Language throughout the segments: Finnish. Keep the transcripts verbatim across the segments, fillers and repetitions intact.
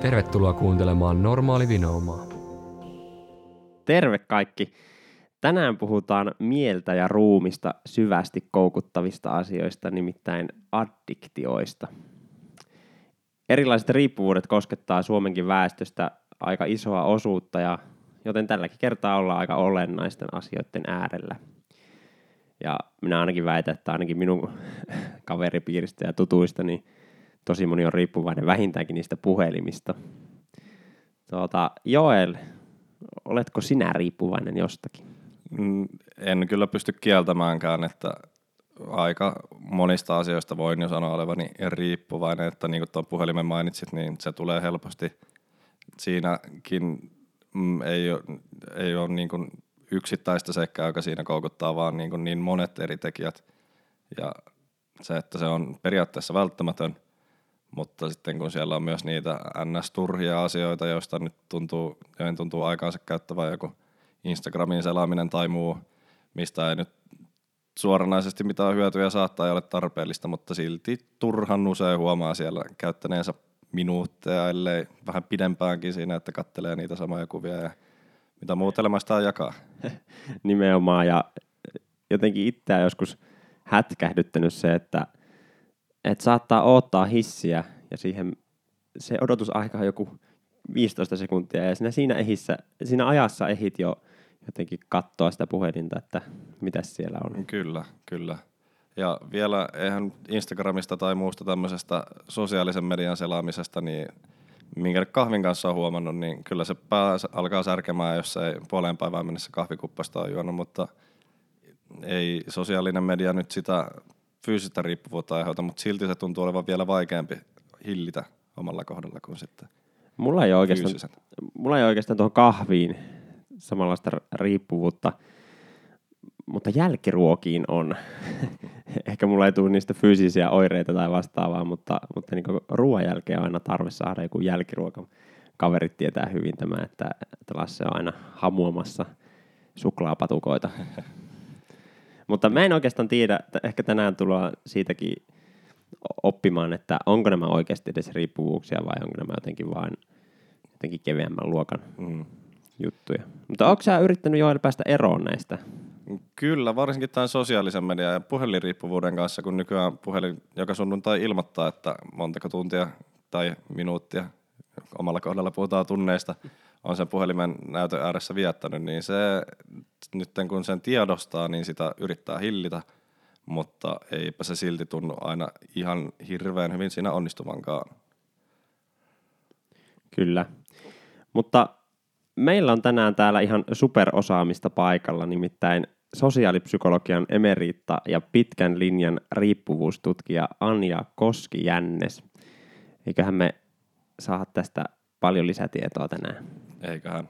Tervetuloa kuuntelemaan Normaali Vinoumaa. Terve kaikki! Tänään puhutaan mieltä ja ruumista syvästi koukuttavista asioista, nimittäin addiktioista. Erilaiset riippuvuudet koskettaa Suomenkin väestöstä aika isoa osuutta, ja joten tälläkin kertaa ollaan aika olennaisten asioiden äärellä. Ja minä ainakin väitän, että ainakin minun kaveripiiristä ja tutuista, niin tosi moni on riippuvainen vähintäänkin niistä puhelimista. Tuota, Joel, oletko sinä riippuvainen jostakin? En kyllä pysty kieltämäänkään, että aika monista asioista voin jo sanoa olevani riippuvainen, että niin kuin tuon puhelimen mainitsit, niin se tulee helposti. Siinäkin mm, ei ole, ei ole niin kuin yksittäistä sekkää, joka siinä koukuttaa, vaan niin, kuin niin monet eri tekijät. Ja se, että se on periaatteessa välttämätön, mutta sitten kun siellä on myös niitä ns-turhia asioita, joista nyt tuntuu, joihin tuntuu aikaansa käyttävän joku Instagramin selaaminen tai muu, mistä ei nyt suoranaisesti mitään hyötyjä saattaa ja ole tarpeellista, mutta silti turhan usein huomaa siellä käyttäneensä minuutteja, ellei vähän pidempäänkin siinä, että kattelee niitä samoja kuvia ja mitä muuta elämästään jakaa. Nimenomaan, ja jotenkin itseään joskus hätkähdyttänyt se, että, että saattaa odottaa hissiä ja siihen se odotusaika on joku viisitoista sekuntia ja siinä, siinä, ehissä, siinä ajassa ehit jo jotenkin katsoa sitä puhelinta, että mitäs siellä on. Kyllä, kyllä. Ja vielä eihän Instagramista tai muusta tämmöisestä sosiaalisen median selaamisesta, niin minkä kahvin kanssa on huomannut, niin kyllä se pää alkaa särkemään, jos ei puoleen päivään mennessä kahvikuppasta on juonut, mutta ei sosiaalinen media nyt sitä fyysistä riippuvuutta aiheuta, mutta silti se tuntuu olevan vielä vaikeampi hillitä omalla kohdalla kuin sitten mulla ei oikeastaan, mulla ei oikeastaan tuohon kahviin samanlaista riippuvuutta, mutta jälkiruokiin on. Ehkä mulla ei tule niistä fyysisiä oireita tai vastaavaa, mutta, mutta niin ruoan jälkeen on aina tarve saada joku jälkiruoka. Kaverit tietää hyvin tämä, että, että Lasse on aina hamuamassa suklaapatukoita. Mutta mä en oikeastaan tiedä, että ehkä tänään tullaan siitäkin oppimaan, että onko nämä oikeasti edes riippuvuuksia vai onko nämä jotenkin vain jotenkin keveämmän luokan mm. juttuja. Mutta onko sä yrittänyt Joel päästä eroon näistä? Kyllä, varsinkin tämän sosiaalisen median ja puhelinriippuvuuden kanssa, kun nykyään puhelin joka sunnuntai ilmoittaa, että montako tuntia tai minuuttia, omalla kohdalla puhutaan tunneista, on sen puhelimen näytön ääressä viettänyt, niin se nyt kun sen tiedostaa, niin sitä yrittää hillitä, mutta eipä se silti tunnu aina ihan hirveän hyvin siinä onnistuvankaan. Kyllä, mutta meillä on tänään täällä ihan superosaamista paikalla, nimittäin sosiaalipsykologian emeriitta ja pitkän linjan riippuvuustutkija Anja Koski-Jännes. Eiköhän me saada tästä paljon lisätietoa tänään. Eiköhän.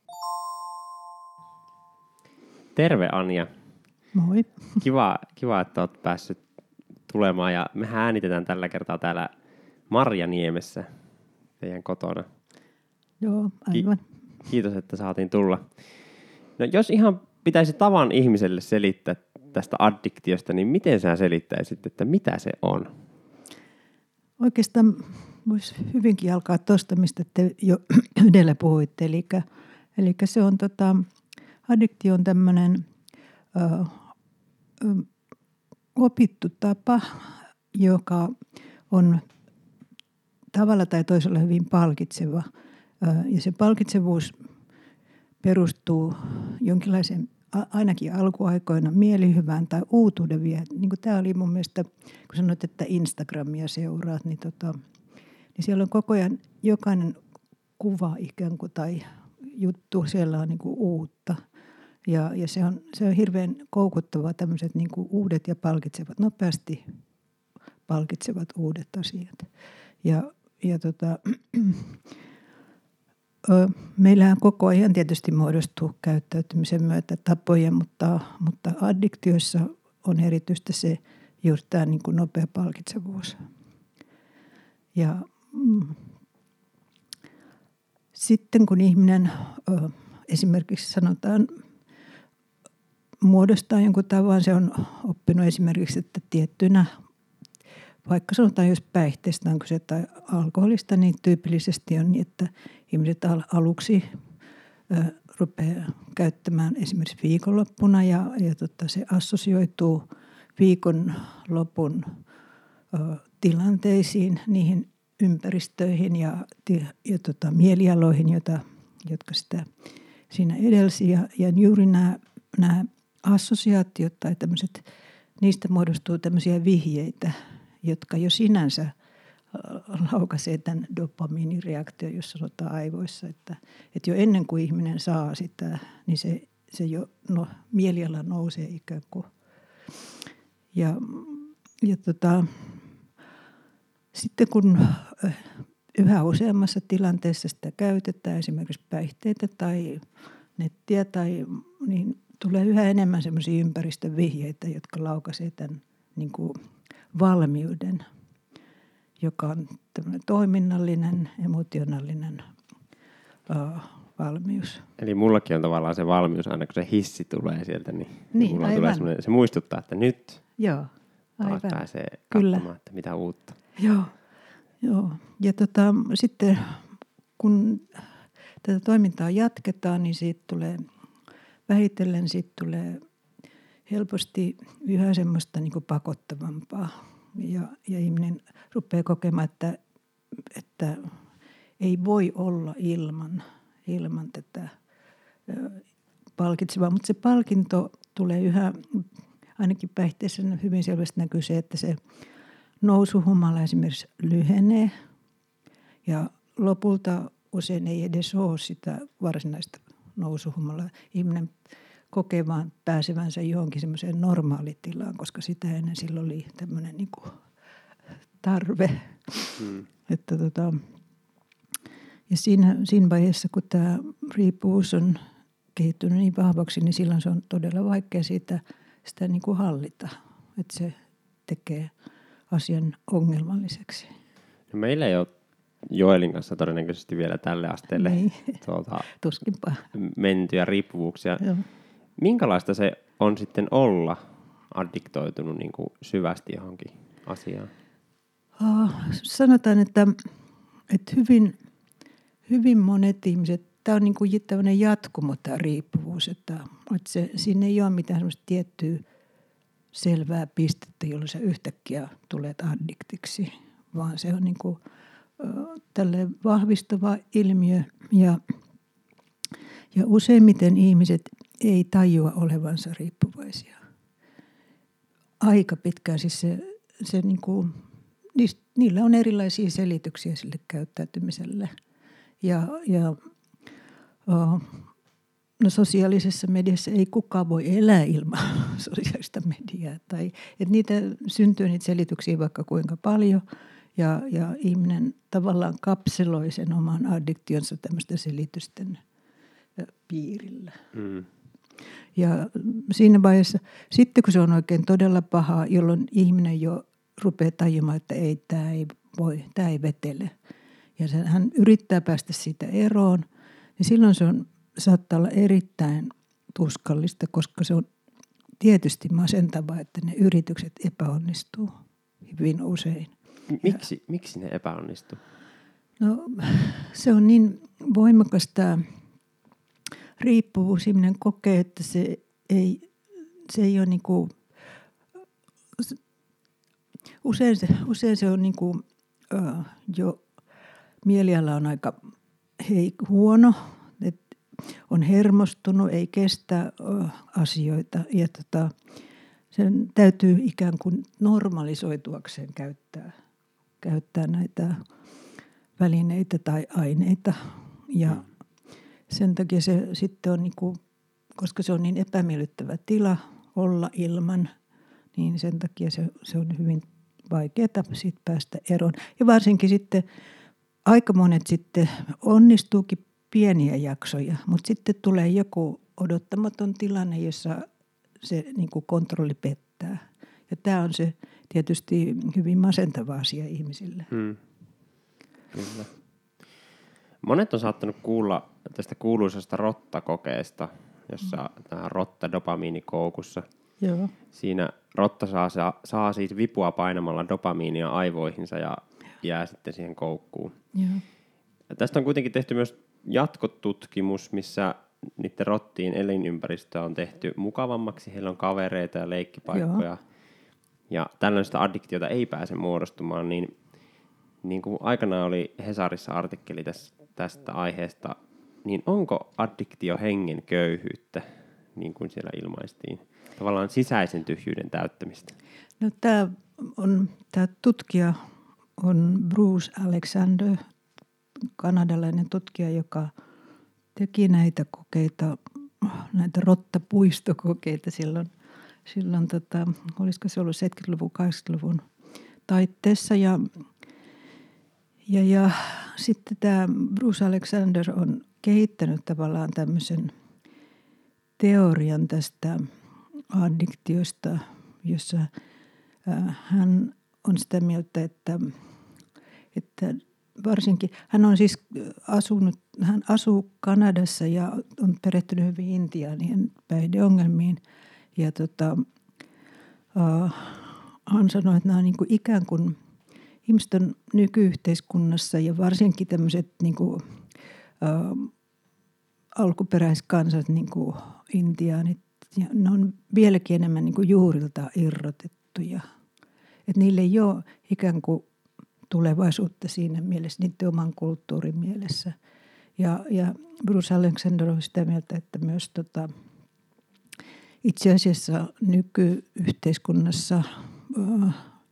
Terve Anja. Moi. Kiva, kiva, että olet päässyt tulemaan ja me äänitetään tällä kertaa täällä Marjaniemessä teidän kotona. Joo, aivan. Ki- kiitos, että saatiin tulla. No, jos ihan pitäisi tavan ihmiselle selittää tästä addiktiosta, niin miten sä selittäisit, että mitä se on? Oikeastaan voisi hyvinkin alkaa tuosta, mistä te jo edellä puhuitte. Eli, eli se on tota, addiktio on tämmöinen ö, ö, opittu tapa, joka on tavalla tai toisella hyvin palkitseva. Ö, ja se palkitsevuus perustuu jonkinlaiseen ainakin alkuaikoina mielihyvään tai uutuuden vielä. Niin kuin tämä oli mun mielestä, kun sanoit, että Instagramia seuraat, niin, tota, niin siellä on koko ajan jokainen kuva ikään kuin tai juttu, siellä on niin kuin uutta. Ja, ja se, on, se on hirveän koukuttavaa tämmöiset niin kuin uudet ja palkitsevat, nopeasti palkitsevat uudet asiat. Ja, ja tota... Meillähän koko ajan tietysti muodostuu käyttäytymisen myötä tapoja, mutta, mutta addiktioissa on erityistä se juuri tämä niin kuin nopea palkitsevuus. Ja mm, sitten kun ihminen ö, esimerkiksi sanotaan muodostaa jonkun tavan, se on oppinut esimerkiksi, että tiettynä vaikka sanotaan, jos päihteestä on kyse tai alkoholista, niin tyypillisesti on niin, että ihmiset al- aluksi ö, rupeaa käyttämään esimerkiksi viikonloppuna ja, ja tota, se assosioituu viikonlopun ö, tilanteisiin, niihin ympäristöihin ja, ja tota, mielialoihin, jota, jotka sitä siinä edelsi. Ja, ja juuri nämä, nämä assosiaatiot tai tämmöiset, niistä muodostuu tämmöisiä vihjeitä, jotka jo sinänsä laukaisee tämän dopamiinireaktion, jos sanotaan aivoissa. Että, että jo ennen kuin ihminen saa sitä, niin se, se jo no, mieliala nousee ikään kuin. Ja, ja tota, sitten kun yhä useammassa tilanteessa sitä käytetään, esimerkiksi päihteitä tai nettiä, tai, niin tulee yhä enemmän semmoisia ympäristövihjeitä, jotka laukaisee tämän niin kuin valmiuden, joka on tämmöinen toiminnallinen, emotionaalinen uh, valmius. Eli mullakin on tavallaan se valmius, aina kun se hissi tulee sieltä, niin, niin mulla tulee se muistuttaa, että nyt Joo, taas pääsee katsomaan, Kyllä. että mitä uutta. Joo, joo. Ja tota, sitten kun tätä toimintaa jatketaan, niin siitä tulee vähitellen siitä tulee helposti yhä semmoista niin kuin pakottavampaa. Ja, ja ihminen rupeaa kokemaan, että, että ei voi olla ilman, ilman tätä palkitsevaa. Mutta se palkinto tulee yhä, ainakin päihteessä hyvin selvästi näkyy se, että se nousuhumala esimerkiksi lyhenee. Ja lopulta usein ei edes ole sitä varsinaista nousuhumalaa. Ihminen kokee vaan pääsevänsä johonkin semmoiseen normaalitilaan, koska sitä ennen silloin oli tämmöinen niin kuin tarve. Hmm. Että tota, ja siinä, siinä vaiheessa, kun tämä riippuvuus on kehittynyt niin vahvaksi, niin silloin se on todella vaikea siitä, sitä niin kuin hallita. Että se tekee asian ongelmalliseksi. No meillä ei ole Joelin kanssa todennäköisesti vielä tälle asteelle niin. tuolta Tuskinpa mentyjä riippuvuuksia. Joo. Minkälaista se on sitten olla addiktoitunut niin kuin syvästi johonkin asiaan? Oh, sanotaan, että, että hyvin, hyvin monet ihmiset, tämä on niin kuin tämmöinen jatkumo tämä riippuvuus, että, että se, siinä ei ole mitään semmoista tiettyä selvää pistettä, jolloin sä yhtäkkiä tulet addiktiksi, vaan se on niin kuin tälle vahvistuva ilmiö ja, ja useimmiten ihmiset ei tajua olevansa riippuvaisia. Aika pitkään siis se, se niin kuin, niillä on erilaisia selityksiä sille käyttäytymiselle. Ja, ja oh, no sosiaalisessa mediassa ei kukaan voi elää ilman sosiaalista mediaa. Tai, että niitä syntyy niitä selityksiä vaikka kuinka paljon. Ja, ja ihminen tavallaan kapseloi sen oman addiktionsa tämmöisten selitysten piirillä. Mm. Ja siinä vaiheessa, sitten kun se on oikein todella paha, jolloin ihminen jo rupeaa tajumaan, että ei, tämä ei voi, tämä ei vetele. Ja se, hän yrittää päästä siitä eroon, niin silloin se on, saattaa olla erittäin tuskallista, koska se on tietysti masentavaa, että ne yritykset epäonnistuu hyvin usein. Miksi, ja, miksi ne epäonnistuu? No se on niin voimakas tämä riippuvuus. Ihminen kokee, että se ei, se ei ole niin kuin, usein se, usein se on niin kuin, uh, jo mieliala on aika hei, huono, että on hermostunut, ei kestä uh, asioita ja tota, sen täytyy ikään kuin normalisoituakseen käyttää, käyttää näitä välineitä tai aineita ja sen takia se sitten on, niin kuin, koska se on niin epämiellyttävä tila olla ilman, niin sen takia se, se on hyvin vaikeaa siitä päästä eroon. Ja varsinkin sitten aika monet sitten onnistuukin pieniä jaksoja, mutta sitten tulee joku odottamaton tilanne, jossa se niin kuin kontrolli pettää. Ja tämä on se tietysti hyvin masentava asia ihmisille. Hmm. Kyllä. Monet on saattanut kuulla tästä kuuluisasta rottakokeesta, jossa tämä rotta dopamiinikoukussa. Joo. Siinä rotta saa, saa, saa siis vipua painamalla dopamiinia aivoihinsa ja jää sitten siihen koukkuun. Joo. Ja tästä on kuitenkin tehty myös jatkotutkimus, missä niiden rottiin elinympäristöä on tehty mukavammaksi. Heillä on kavereita ja leikkipaikkoja. Joo. Ja tällaista addiktiota ei pääse muodostumaan. Niin, niin kuin aikanaan oli Hesarissa artikkeli tästä, tästä aiheesta, niin onko addiktio hengen köyhyyttä, niin kuin siellä ilmaistiin? Tavallaan sisäisen tyhjyyden täyttämistä. No tämä on, tämä tutkija on Bruce Alexander, kanadalainen tutkija, joka teki näitä kokeita, näitä rottapuistokokeita silloin, silloin tota, olisiko se ollut seitsemänkymmentäluvun, kahdeksankymmentäluvun taitteessa. Ja, ja, ja sitten tämä Bruce Alexander on kehittänyt tavallaan tämmöisen teorian tästä addiktiosta, jossa hän on sitä mieltä, että, että varsinkin, hän on siis asunut, hän asuu Kanadassa ja on perehtynyt hyvin Intiaanien päihdeongelmiin. Ja tota, uh, hän sanoi, että nämä on niin kuin ikään kuin ihmiset on nykyyhteiskunnassa ja varsinkin tämmöiset niin kuin, uh, alkuperäiskansat, niin kuin intiaanit, ja ne on vieläkin enemmän niin kuin juurilta irrotettuja. Että niillä ei ole ikään kuin tulevaisuutta siinä mielessä, niiden oman kulttuurin mielessä. Ja, ja Bruce Alexander on sitä mieltä, että myös tota, itse asiassa nykyyhteiskunnassa uh,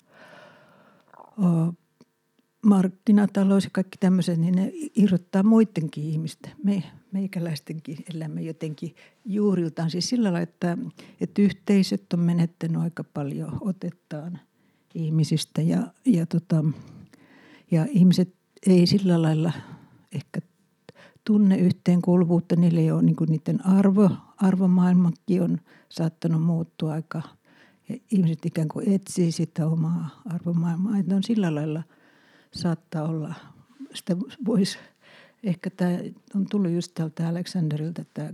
uh, markkinatalous ja kaikki tämmöiset, niin ne irrottaa muidenkin ihmisten, me, meikäläistenkin elämä jotenkin juuriltaan. Siis sillä lailla, että, että yhteisöt on menettänyt aika paljon otettaan ihmisistä ja, ja, tota, ja ihmiset ei sillä lailla ehkä tunne yhteenkuuluvuutta. Niillä ei ole niin kuin niiden arvo, arvomaailmakin on saattanut muuttua aika, ja ihmiset ikään kuin etsii sitä omaa arvomaailmaa. Että on sillä lailla saattaa olla, sitä voisi, ehkä tämä on tullut just tältä Alexanderilta tämä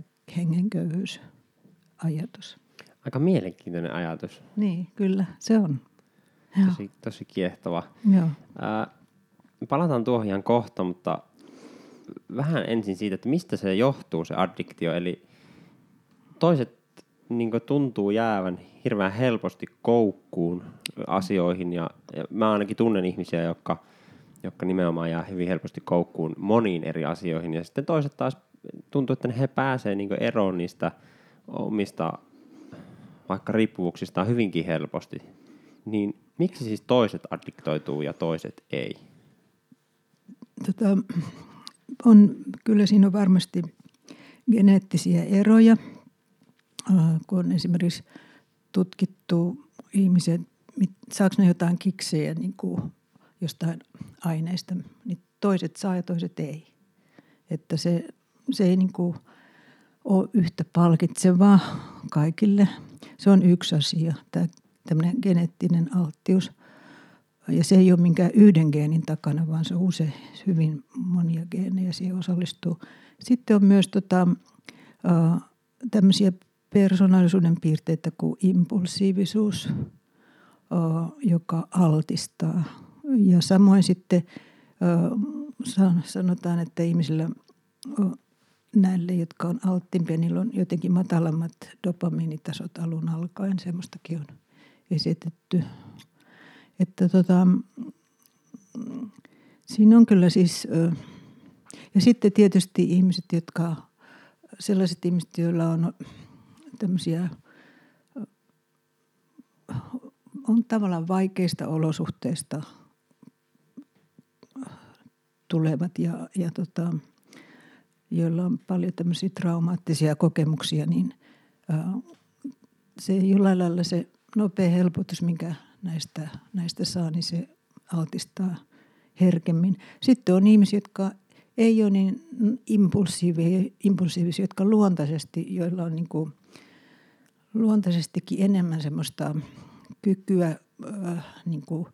hengenköyhyysajatus. Aika mielenkiintoinen ajatus. Niin, kyllä, se on. Tosi, tosi kiehtova. Joo. Ää, palataan tuohon ihan kohta, mutta vähän ensin siitä, että mistä se johtuu se addiktio. Eli toiset niin kuin tuntuu jäävän hirveän helposti koukkuun asioihin ja, ja mä ainakin tunnen ihmisiä, jotka, jotka nimenomaan jää hyvin helposti koukkuun moniin eri asioihin ja sitten toiset taas tuntuu, että he pääsee niin kuin eroon niistä omista vaikka riippuvuuksistaan hyvinkin helposti. Niin miksi siis toiset addiktoituu ja toiset ei? Tota, on, kyllä siinä on varmasti geneettisiä eroja, kun on esimerkiksi tutkittu ihmiset, saako ne jotain kiksejä niin kuin jostain aineista, niin toiset saa ja toiset ei. Että se, se ei niin kuin ole yhtä palkitsevaa kaikille. Se on yksi asia, tämä tämmöinen geneettinen alttius. Ja se ei ole minkään yhden geenin takana, vaan se on usein hyvin monia geenejä siihen osallistuu. Sitten on myös tota, äh, tämmöisiä persoonallisuuden piirteitä kuin impulsiivisuus, äh, joka altistaa. Ja samoin sitten äh, sanotaan, että ihmisillä äh, näille, jotka on alttimpia, niillä on jotenkin matalammat dopamiinitasot alun alkaen. Semmoistakin on esitetty. Että tota, siinä on kyllä siis, ja sitten tietysti ihmiset, jotka, sellaiset ihmiset, joilla on tämmöisiä, on tavallaan vaikeista olosuhteista tulevat ja, ja tota, joilla on paljon tämmöisiä traumaattisia kokemuksia, niin se jollain lailla se nopea helpotus, minkä näistä, näistä saa, niin se altistaa herkemmin. Sitten on ihmisiä, jotka ei ole niin impulsiivisia, impulsiivisia jotka luontaisesti, joilla on niin kuin luontaisestikin enemmän semmoista kykyä äh, niin kuin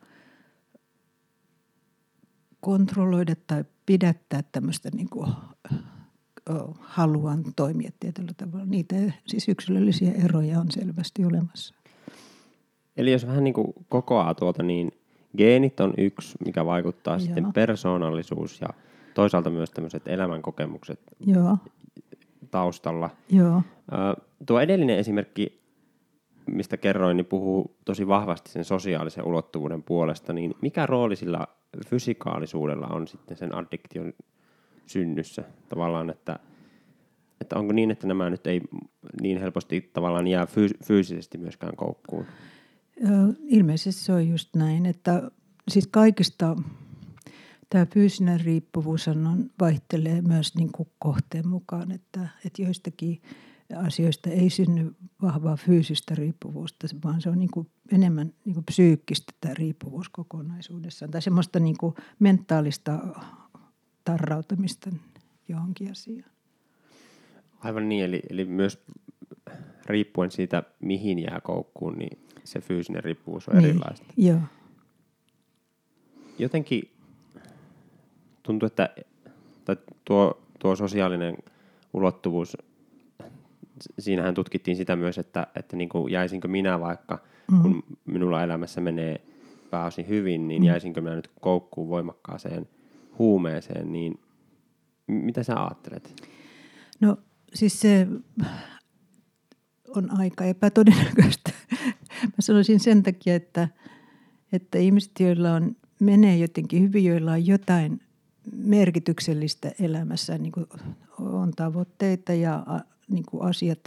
kontrolloida tai pidättää tämmöistä niin kuin oh, haluan toimia tietyllä tavalla. Niitä siis yksilöllisiä eroja on selvästi olemassa. Eli jos vähän niin kuin kokoaa tuolta, niin geenit on yksi, mikä vaikuttaa Joo. sitten persoonallisuus ja toisaalta myös tämmöiset elämänkokemukset Joo. taustalla. Joo. Ö, tuo edellinen esimerkki, mistä kerroin, niin puhuu tosi vahvasti sen sosiaalisen ulottuvuuden puolesta, niin mikä rooli sillä fysikaalisuudella on sitten sen addiktion synnyssä tavallaan, että, että onko niin, että nämä nyt ei niin helposti tavallaan jää fyys- fyysisesti myöskään koukkuun? Ilmeisesti se on just näin, että siis kaikista tämä fyysinen riippuvuus on, vaihtelee myös niin kuin kohteen mukaan, että, että joistakin asioista ei synny vahvaa fyysistä riippuvuutta, vaan se on niin kuin enemmän niin kuin psyykkistä tämä riippuvuus kokonaisuudessaan tai semmoista niin kuin mentaalista tarrautumista johonkin asiaan. Aivan niin, eli, eli myös riippuen siitä, mihin jää koukkuun, niin se fyysinen riippuvuus on niin, erilaista. Joo. Jotenkin tuntuu, että tuo, tuo sosiaalinen ulottuvuus, siinähän tutkittiin sitä myös, että, että niin kuin jäisinkö minä vaikka, mm. kun minulla elämässä menee pääosin hyvin, niin mm. jäisinkö minä nyt koukkuun voimakkaaseen huumeeseen, niin mitä sä ajattelet? No siis se on aika epätodennäköistä. Mä sanoisin sen takia, että, että ihmiset, joilla on, menee jotenkin hyvin, joilla on jotain merkityksellistä elämässä, niin kuin on tavoitteita ja niin kuin asiat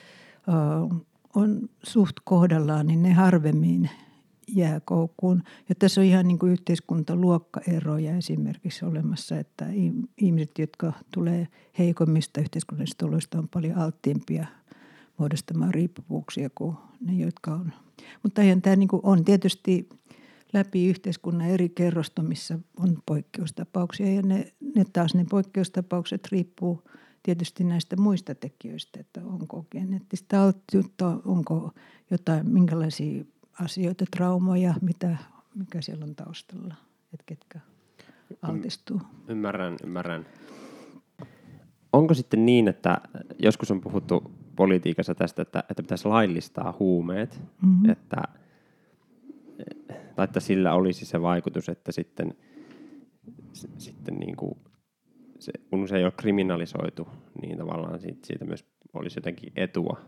on suht kohdallaan, niin ne harvemmin jää koukkuun. Ja tässä on ihan niin kuin yhteiskuntaluokkaeroja esimerkiksi olemassa, että ihmiset, jotka tulee heikommista yhteiskunnallisista oloista, on paljon alttiimpia muodostamaan riippuvuuksia kuin ne, jotka on. Mutta eihän tämä niin kuin on tietysti läpi yhteiskunnan eri kerrostumissa on poikkeustapauksia ja ne, ne taas ne poikkeustapaukset riippuu tietysti näistä muista tekijöistä, että onko geneettistä alttiutta, onko jotain, minkälaisia asioita, traumoja, mitä, mikä siellä on taustalla, että ketkä altistuu. Ymmärrän, ymmärrän. Onko sitten niin, että joskus on puhuttu politiikassa tästä, että, että pitäisi laillistaa huumeet, mm-hmm. että, tai että sillä olisi se vaikutus, että sitten, sitten niin kuin se, kun se ei ole kriminalisoitu, niin tavallaan siitä, siitä myös olisi jotenkin etua.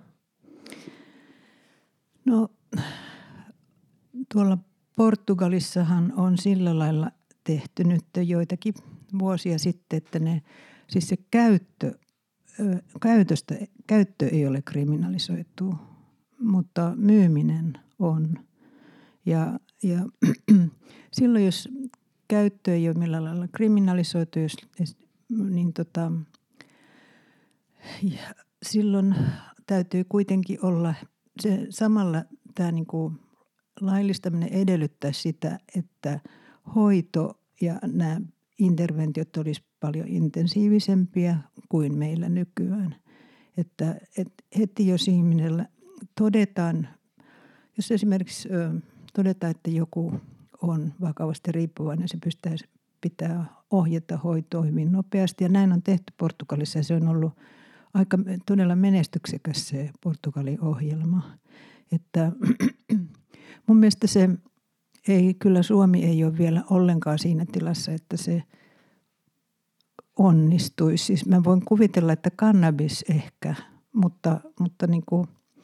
No tuolla Portugalissahan on sillä lailla tehty nyt joitakin vuosia sitten, että ne, siis se käyttö, käytöstä, käyttö ei ole kriminalisoitu, mutta myyminen on. Ja, ja silloin, jos käyttö ei ole millään lailla kriminalisoitu, jos, niin tota, silloin täytyy kuitenkin olla se samalla tämä niin kuin laillistaminen edellyttää sitä, että hoito ja nämä interventiot olisi paljon intensiivisempiä kuin meillä nykyään. Että, että heti jos ihmisellä todetaan, jos esimerkiksi ö, todetaan, että joku on vakavasti riippuvainen, se pystyy pitää ohjata hoitoa hyvin nopeasti. Ja näin on tehty Portugalissa ja se on ollut aika todella menestyksekäs se Portugalin ohjelma. Että mun mielestä se ei, kyllä Suomi ei ole vielä ollenkaan siinä tilassa, että se onnistuisi. Siis mä voin kuvitella, että kannabis ehkä, mutta, mutta niin kuin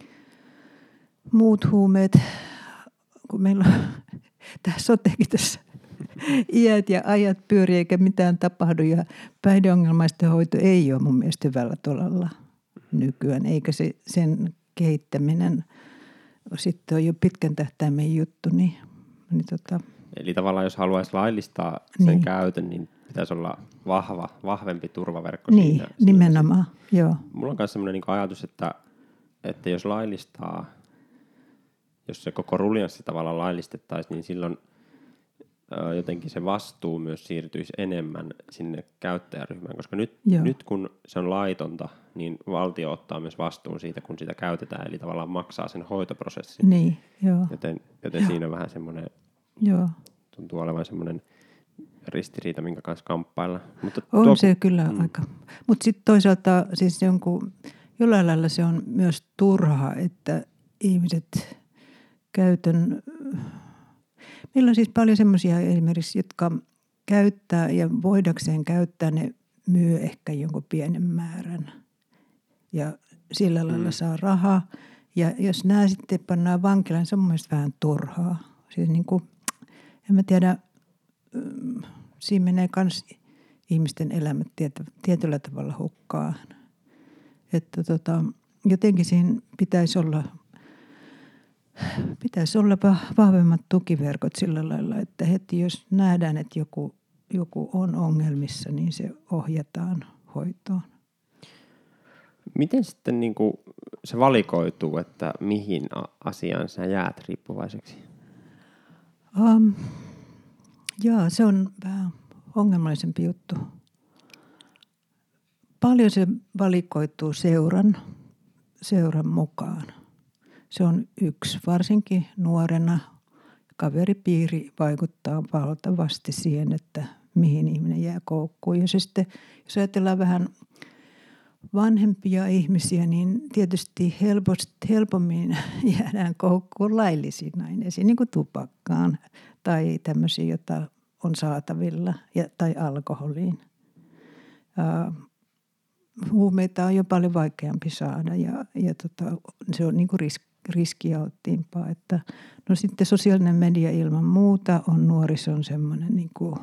muut huumeet, kun meillä on tämä sotekin tässä iät ja ajat pyörii eikä mitään tapahdu ja päihdeongelmaisten hoito ei ole mun mielestä hyvällä tolalla nykyään, eikä se, sen kehittäminen sitten on jo pitkän tähtäimen juttu. Niin, niin tota. Eli tavallaan jos haluaisi laillistaa sen niin. käytön, niin pitäisi olla vahva, vahvempi turvaverkko niin, siinä. nimenomaan, siinä. joo. Mulla on myös sellainen niin kuin ajatus, että, että jos laillistaa, jos se koko ruljanssi tavallaan laillistettaisiin, niin silloin ö, jotenkin se vastuu myös siirtyisi enemmän sinne käyttäjäryhmään, koska nyt, nyt kun se on laitonta, niin valtio ottaa myös vastuun siitä, kun sitä käytetään, eli tavallaan maksaa sen hoitoprosessin. Niin, joo. Joten, joten siinä on vähän semmoinen, joo. tuntuu olevan semmoinen ristiriita, minkä kanssa kamppailla. Mutta on tuo, se kyllä mm. aika. Mutta sitten toisaalta siis jonkun, jollain lailla se on myös turha, että ihmiset käytön... Meillä on siis paljon semmoisia esimerkiksi, jotka käyttää ja voidakseen käyttää, ne myy ehkä jonkun pienen määrän. Ja sillä lailla mm. saa rahaa. Ja jos nämä sitten pannaan vankilaan, niin se on mun mielestä vähän turhaa. Siis niin kuin, en mä tiedä, siinä menee myös ihmisten elämät tietyllä tavalla hukkaan. Että tota, jotenkin siinä pitäisi olla, pitäisi olla vahvemmat tukiverkot sillä lailla, että heti jos nähdään, että joku, joku on ongelmissa, niin se ohjataan hoitoon. Miten sitten niin kuin se valikoituu, että mihin asiaan sä jäät riippuvaiseksi? Um, joo, se on vähän ongelmallisempi juttu. Paljon se valikoituu seuran, seuran mukaan. Se on yksi, varsinkin nuorena. Kaveripiiri vaikuttaa valtavasti siihen, että mihin ihminen jää koukkuun. Ja se sitten, jos ajatellaan vähän vanhempia ihmisiä, niin tietysti helposti, helpommin jäädään koukkuun laillisiin aineisiin, niin kuin tupakkaan tai tämmöisiä, joita on saatavilla, ja, tai alkoholiin. Uh, huumeita on jo paljon vaikeampi saada ja, ja tota, se on niin kuin risk, riskialttiimpaa. Että, no sitten sosiaalinen media ilman muuta on nuorison semmoinen niin kuin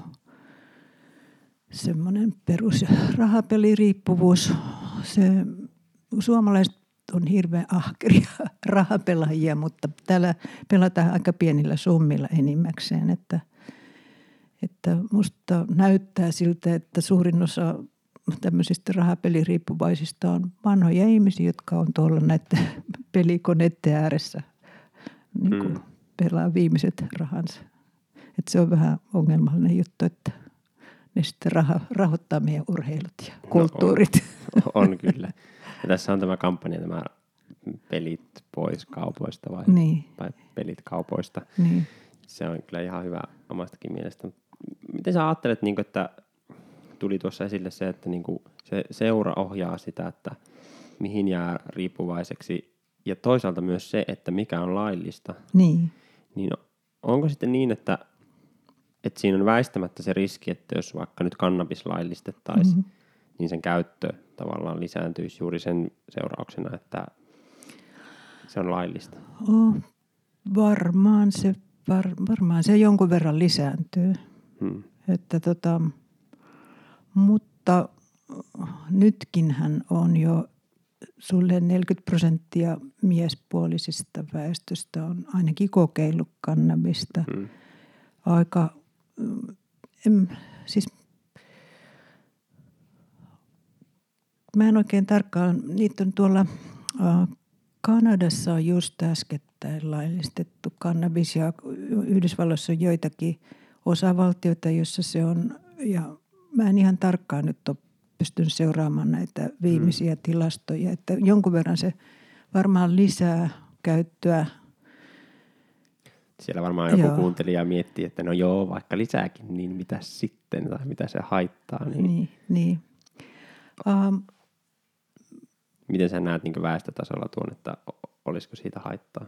semmoinen perus- rahapeliriippuvuus. Se, suomalaiset on hirveän ahkeria rahapelaajia, mutta täällä pelataan aika pienillä summilla enimmäkseen. Että, että musta näyttää siltä, että suurin osa tämmöisistä rahapeliriippuvaisista on vanhoja ihmisiä, jotka on tuolla näiden pelikoneiden ääressä niin kuin mm. pelaa viimeiset rahansa. Että se on vähän ongelmallinen juttu, että ne sitten raho- rahoittaa meidän urheilut ja kulttuurit. No on, on kyllä. Ja tässä on tämä kampanja, tämä pelit pois kaupoista vai, niin. vai pelit kaupoista. Niin. Se on kyllä ihan hyvä omastakin mielestä. Miten sä ajattelet, että tuli tuossa esille se, että se seura ohjaa sitä, että mihin jää riippuvaiseksi ja toisaalta myös se, että mikä on laillista. Niin. Niin onko sitten niin, että että siinä on väistämättä se riski, että jos vaikka nyt kannabis laillistettaisiin, mm-hmm. niin sen käyttö tavallaan lisääntyisi juuri sen seurauksena, että se on laillista. Oh, varmaan, se, var, varmaan se jonkun verran lisääntyy. Hmm. Että tota, mutta nytkinhän on jo sulle neljäkymmentä prosenttia miespuolisista väestöstä on ainakin kokeillut kannabista. Hmm. Aika En, siis, mä en oikein tarkkaan, niitä on tuolla äh, Kanadassa on just äskettäin laillistettu kannabis ja Yhdysvalloissa on joitakin osavaltioita, joissa se on, ja mä en ihan tarkkaan nyt ole pystynyt seuraamaan näitä viimeisiä hmm. tilastoja, että jonkun verran se varmaan lisää käyttöä. Siellä varmaan joku joo. kuuntelija miettii, että no joo, vaikka lisääkin, niin mitä sitten tai mitä se haittaa. Niin, niin. niin. Um, Miten sä näet niin väestötasolla tuon, että olisiko siitä haittaa?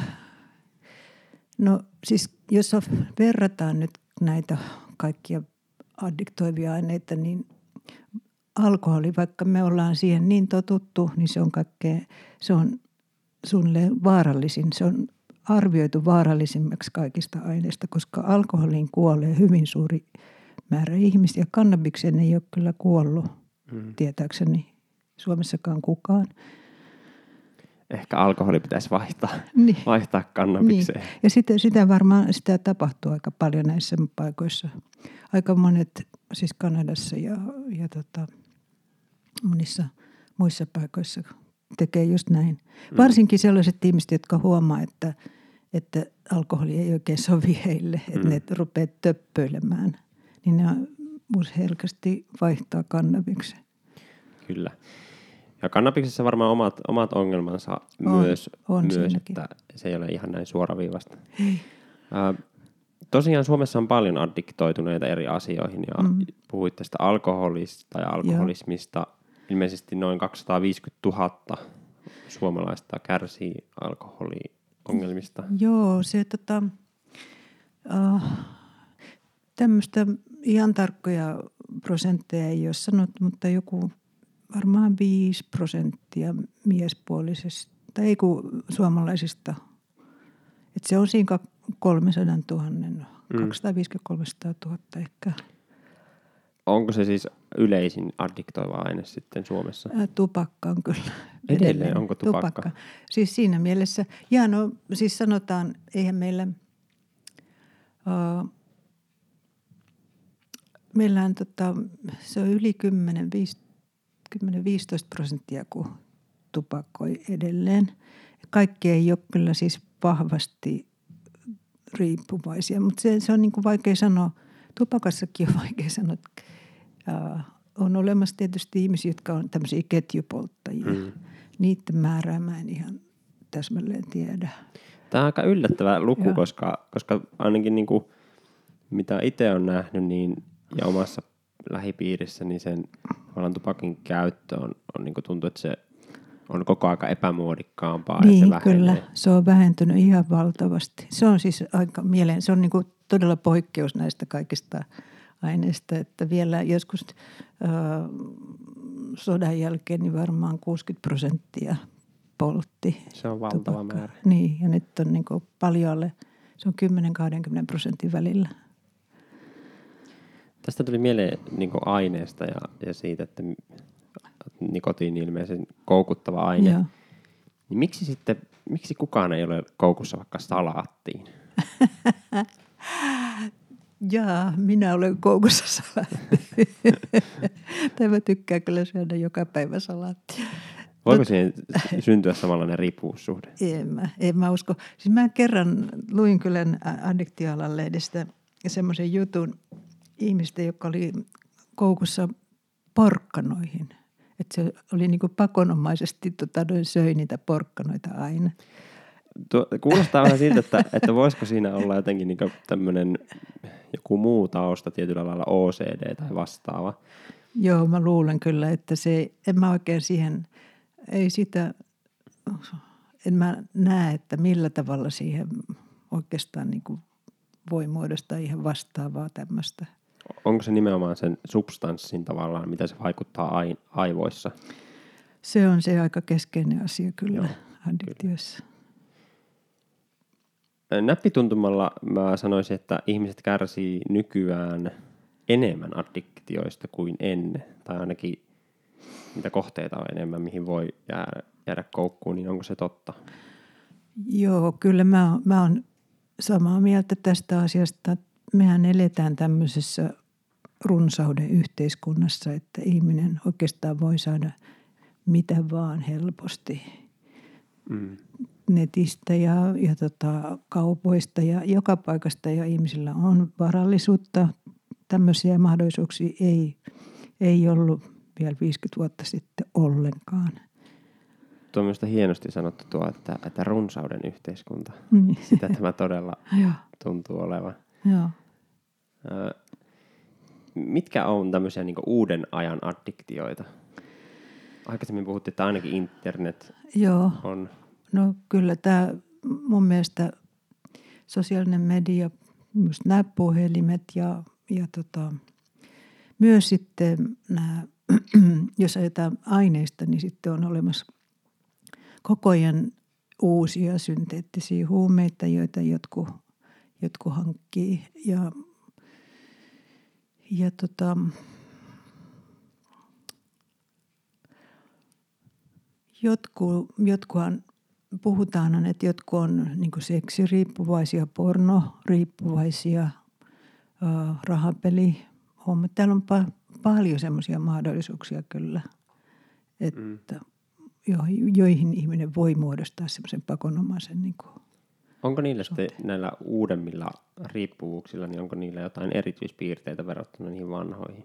No siis jos verrataan nyt näitä kaikkia addiktoivia aineita, niin alkoholi, vaikka me ollaan siihen niin totuttu, niin se on kaikkea, se on suunnilleen vaarallisin, se on arvioitu vaarallisimmaksi kaikista aineista, koska alkoholiin kuolee hyvin suuri määrä ihmisiä. Kannabikseen ei ole kyllä kuollut, mm. tietääkseni Suomessakaan kukaan. Ehkä alkoholi pitäisi vaihtaa, niin. vaihtaa kannabikseen. Niin. Ja sitä, sitä varmaan sitä tapahtuu aika paljon näissä paikoissa. Aika monet, siis Kanadassa ja, ja tota, monissa muissa paikoissa tekee just näin. Mm. Varsinkin sellaiset ihmiset, jotka huomaa, että, että alkoholi ei oikein sovi heille, että mm. ne rupeaa töppöilemään. Niin ne helkästi vaihtaa kannabikseen. Kyllä. Ja kannabiksessa varmaan omat, omat ongelmansa on, myös, on myös että se ei ole ihan näin suoraviivasta. Hei. Äh, tosiaan Suomessa on paljon addiktoituneita eri asioihin ja mm. puhuit tästä alkoholista ja alkoholismista. Joo. Ilmeisesti noin kaksisataaviisikymmentätuhatta suomalaista kärsii alkoholiongelmista. Joo, se tota, uh, tämmöistä ihan tarkkoja prosentteja ei ole sanottu, mutta joku varmaan viisi prosenttia miespuolisesta, ei kun suomalaisista. Että se on siinä kolmesataatuhatta, mm. kaksisataaviisikymmentä kolmesataatuhatta ehkä. Onko se siis yleisin addiktoiva aine sitten Suomessa? Ää, tupakka on kyllä. Edelleen, Edelleen. Onko tupakka? tupakka? Siis siinä mielessä, ja no siis sanotaan, eihän meillä, uh, meillähän tota, se on yli kymmenen viisitoista prosenttia, kun tupakoi edelleen. Kaikki ei ole kyllä siis vahvasti riippuvaisia, mutta se, se on niin kuin vaikea sanoa. Tupakassakin on vaikea sanoa, että uh, on olemassa tietysti ihmisiä, jotka on tämmöisiä ketjupolttajia. Mm. Niiden määrää mä en ihan täsmälleen tiedä. Tämä on aika yllättävä luku, koska, koska ainakin niin kuin, mitä itse olen nähnyt niin, ja omassa lähipiirissä, niin sen tupakin käyttö on, on niin kuin tuntuu, että se on koko aika epämuodikkaampaa. Niin, ja se kyllä. Se on vähentynyt ihan valtavasti. Se on siis aika mieleen. Se on niin kuin todella poikkeus näistä kaikista aineista, että vielä joskus äh, sodan jälkeen niin varmaan kuusikymmentä prosenttia poltti. Se on valtava tupakka. Määrä. Niin, ja nyt on niin kuin paljon alle, se on kymmenen kaksikymmentä prosentin välillä. Tästä tuli mieleen niin kuin aineesta ja, ja siitä, että nikotiini ilmeisen koukuttava aine. Joo. Niin miksi sitten, miksi kukaan ei ole koukussa vaikka salaattiin? Jaa, minä olen koukussa salaattiin. Tai mä tykkään kyllä syödä joka päivä salaattia. Voiko siihen syntyä samanlainen riippuvuussuhde? En mä, en mä usko. Siis mä kerran luin kyllä Addiktioalan lehdestä semmoisen jutun ihmistä, joka oli koukussa porkkanoihin. Että se oli niin kuin pakonomaisesti tota, söi niitä porkkanoita aina. Tuo, kuulostaa vähän siltä, että, että voisiko siinä olla jotenkin niin tämmöinen joku muu tausta, tietyllä lailla O C D tai vastaava. Joo, mä luulen kyllä, että se, en mä oikein siihen, ei sitä, en mä näe, että millä tavalla siihen oikeastaan niin kuin voi muodostaa ihan vastaavaa tämmöistä. Onko se nimenomaan sen substanssin tavallaan, mitä se vaikuttaa aivoissa? Se on se aika keskeinen asia kyllä. Joo, addiktiossa. Kyllä. Näppituntumalla mä sanoisin, että ihmiset kärsii nykyään enemmän addiktioista kuin ennen. Tai ainakin mitä kohteita on enemmän, mihin voi jäädä, jäädä koukkuun, niin onko se totta? Joo, kyllä mä, mä oon samaa mieltä tästä asiasta. Mehän eletään tämmöisessä runsauden yhteiskunnassa, että ihminen oikeastaan voi saada mitä vaan helposti mm. netistä ja, ja tota, kaupoista ja joka paikasta. Ja ihmisillä on varallisuutta. Tämmöisiä mahdollisuuksia ei, ei ollut vielä viisikymmentä vuotta sitten ollenkaan. Tuo on minusta hienosti sanottu tuo, että, että runsauden yhteiskunta. Mm. Sitä tämä todella tuntuu olevan. Joo. Mitkä on tämmöisiä niin kuin uuden ajan addiktioita? Aikaisemmin puhuttiin, että ainakin internet Joo. on. No kyllä tämä mun mielestä sosiaalinen media, myös nämä puhelimet ja, ja tota, myös sitten nämä, jos ajetaan aineista, niin sitten on olemassa koko ajan uusia synteettisiä huumeita, joita jotkut, jotkut hankkii ja Ja tota, jotku, jotkuhan puhutaan, että jotkut on niin kuin seksiriippuvaisia, pornoriippuvaisia, äh, rahapelihommat. Täällä on pa- paljon semmoisia mahdollisuuksia kyllä, että mm. jo, joihin ihminen voi muodostaa semmoisen pakonomaisen niin kuin onko niillä sitten näillä uudemmilla riippuvuuksilla, niin onko niillä jotain erityispiirteitä verrattuna niihin vanhoihin?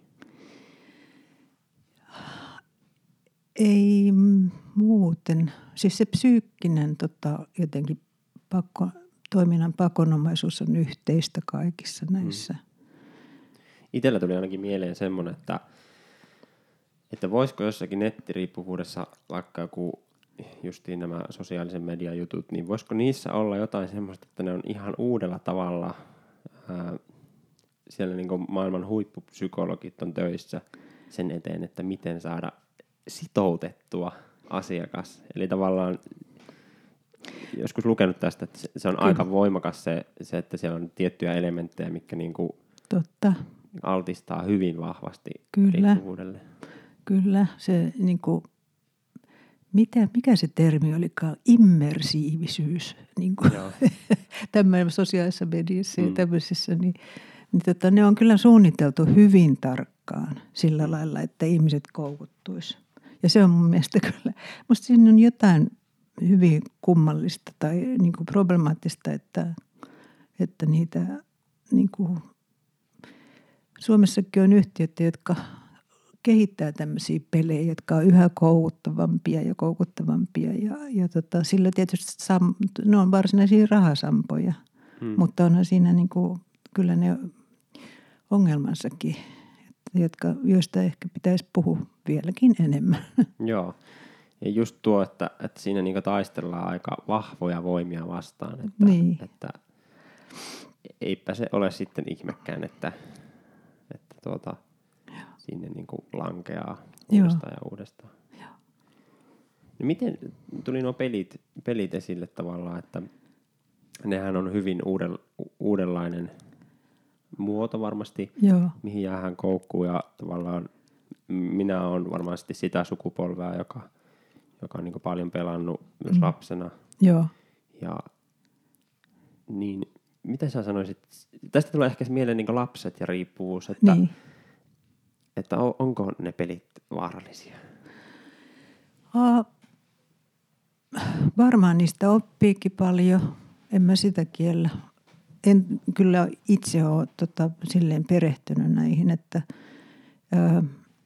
Ei muuten. Siis se psyykkinen tota, jotenkin pakko toiminnan pakonomaisuus on yhteistä kaikissa näissä. Mm. Itsellä tuli ainakin mieleen semmoinen, että, että voisiko jossakin nettiriippuvuudessa, vaikka joku justiin nämä sosiaalisen median jutut, niin voisiko niissä olla jotain semmoista, että ne on ihan uudella tavalla, ää, siellä niin kuin maailman huippupsykologit on töissä sen eteen, että miten saada sitoutettua asiakas. Eli tavallaan joskus lukenut tästä, että se on Kyllä. aika voimakas se, se, että siellä on tiettyjä elementtejä, mitkä niin kuin Totta. altistaa hyvin vahvasti Kyllä. riippuvuudelle. Kyllä, se niin kuin, mitä, mikä se termi olikaan? Immersiivisyys. Niin kuin, tämmöinen sosiaalisessa mediassa mm. ja tämmöisissä, niin, niin tota, ne on kyllä suunniteltu hyvin tarkkaan sillä lailla, että ihmiset koukuttuisi. Ja se on mun mielestä kyllä, musta siinä on jotain hyvin kummallista tai niin kuin problemaattista, että, että niitä niin kuin, Suomessakin on yhtiöitä, jotka kehittää tämmöisiä pelejä, jotka on yhä koukuttavampia ja koukuttavampia. Ja, ja tota, sillä tietysti sam, ne on varsinaisia rahasampoja, hmm. mutta onhan siinä niin kuin, kyllä ne ongelmansakin, jotka, joista ehkä pitäisi puhua vieläkin enemmän. Joo. Ja just tuo, että, että siinä niin taistellaan aika vahvoja voimia vastaan. Että, niin. että eipä se ole sitten ihmekään, että, että tuota, sinne niin kuin lankeaa uudestaan ja uudestaan. Joo. No miten tuli nuo pelit, pelit esille tavallaan, että nehän on hyvin uuden, uudenlainen muoto varmasti, Joo. mihin jäähän koukkuun ja tavallaan minä olen varmasti sitä sukupolvea, joka, joka on niin kuin paljon pelannut myös mm. lapsena. Joo. Ja niin, mitä sä sanoisit? Tästä tulee ehkä mieleen niin kuin lapset ja riippuvuus, että, niin. että on, onko ne pelit vaarallisia? Uh, varmaan niistä oppiikin paljon, en mä sitä kiellä. En kyllä itse ole tota, silleen perehtynyt näihin, että uh,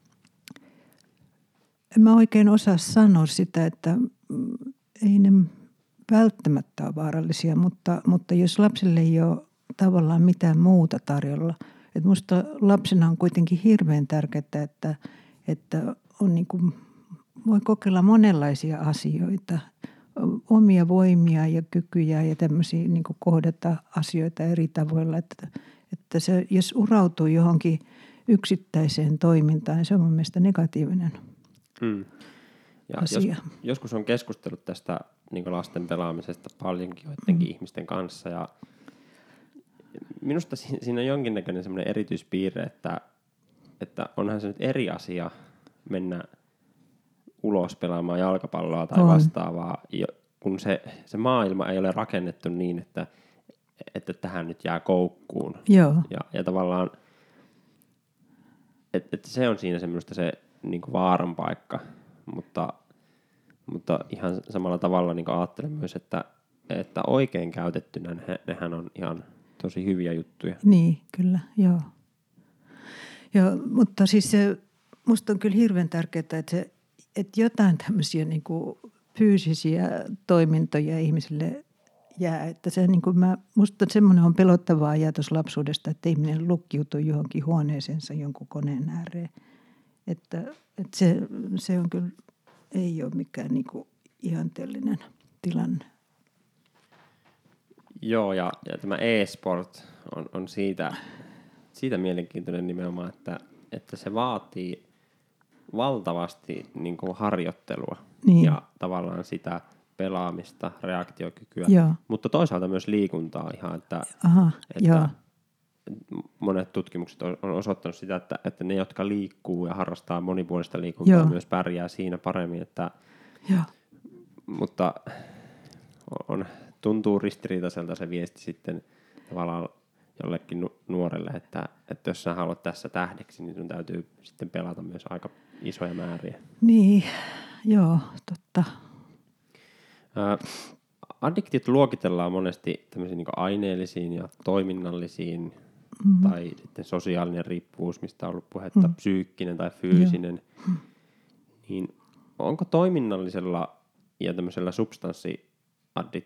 en mä oikein osaa sanoa sitä, että ei ne välttämättä ole vaarallisia, mutta, mutta jos lapselle ei ole tavallaan mitään muuta tarjolla. Että musta lapsena on kuitenkin hirveän tärkeää, että, että on niin kuin, voi kokeilla monenlaisia asioita, omia voimia ja kykyjä ja tämmöisiä niin kuin kohdata asioita eri tavoilla. Että, että se, jos urautuu johonkin yksittäiseen toimintaan, niin se on mun mielestä negatiivinen mm. ja asia. Jos, joskus on keskustellut tästä niin lasten pelaamisesta paljonkin joidenkin mm. ihmisten kanssa ja minusta siinä on jonkinnäköinen semmoinen erityispiirre, että, että onhan se nyt eri asia mennä ulos pelaamaan jalkapalloa tai on. vastaavaa, kun se, se maailma ei ole rakennettu niin, että, että tähän nyt jää koukkuun. Joo. Ja, ja tavallaan, että, että se on siinä se minusta se niin kuin vaaran paikka, mutta, mutta ihan samalla tavalla niin kuin ajattelen myös, että, että oikein käytettynä ne, nehän on ihan tosi hyviä juttuja. Niin, kyllä, joo. joo mutta siis se, musta on kyllä hirveän tärkeää, että, se, että jotain tämmöisiä niin kuin fyysisiä toimintoja ihmisille jää. Että se, niin kuin mä, musta semmoinen on pelottava ajatus lapsuudesta, että ihminen lukkiutuu johonkin huoneeseensa jonkun koneen ääreen. Että, että se, se on kyllä, ei ole mikään niin kuin ihanteellinen tilanne. Joo, ja, ja tämä e-sport on, on siitä, siitä mielenkiintoinen nimenomaan, että, että se vaatii valtavasti niin kuin harjoittelua niin. ja tavallaan sitä pelaamista, reaktiokykyä, Joo. mutta toisaalta myös liikuntaa ihan, että, Aha, että joo. monet tutkimukset on, on osoittanut sitä, että, että ne, jotka liikkuu ja harrastaa monipuolista liikuntaa, joo. myös pärjää siinä paremmin, että, joo. mutta on tuntuu ristiriitaiselta se viesti sitten tavallaan jollekin nu- nuorelle, että, että jos sä haluat tässä tähdeksi, niin sun täytyy sitten pelata myös aika isoja määriä. Niin, joo, totta. Ää, addiktit luokitellaan monesti tämmöisiin niin kuin aineellisiin ja toiminnallisiin mm-hmm. tai sitten sosiaalinen riippuvuus, mistä on ollut puhetta, mm. psyykkinen tai fyysinen. Mm. Niin onko toiminnallisella ja tämmöisellä substanssiaddiktiivisuudella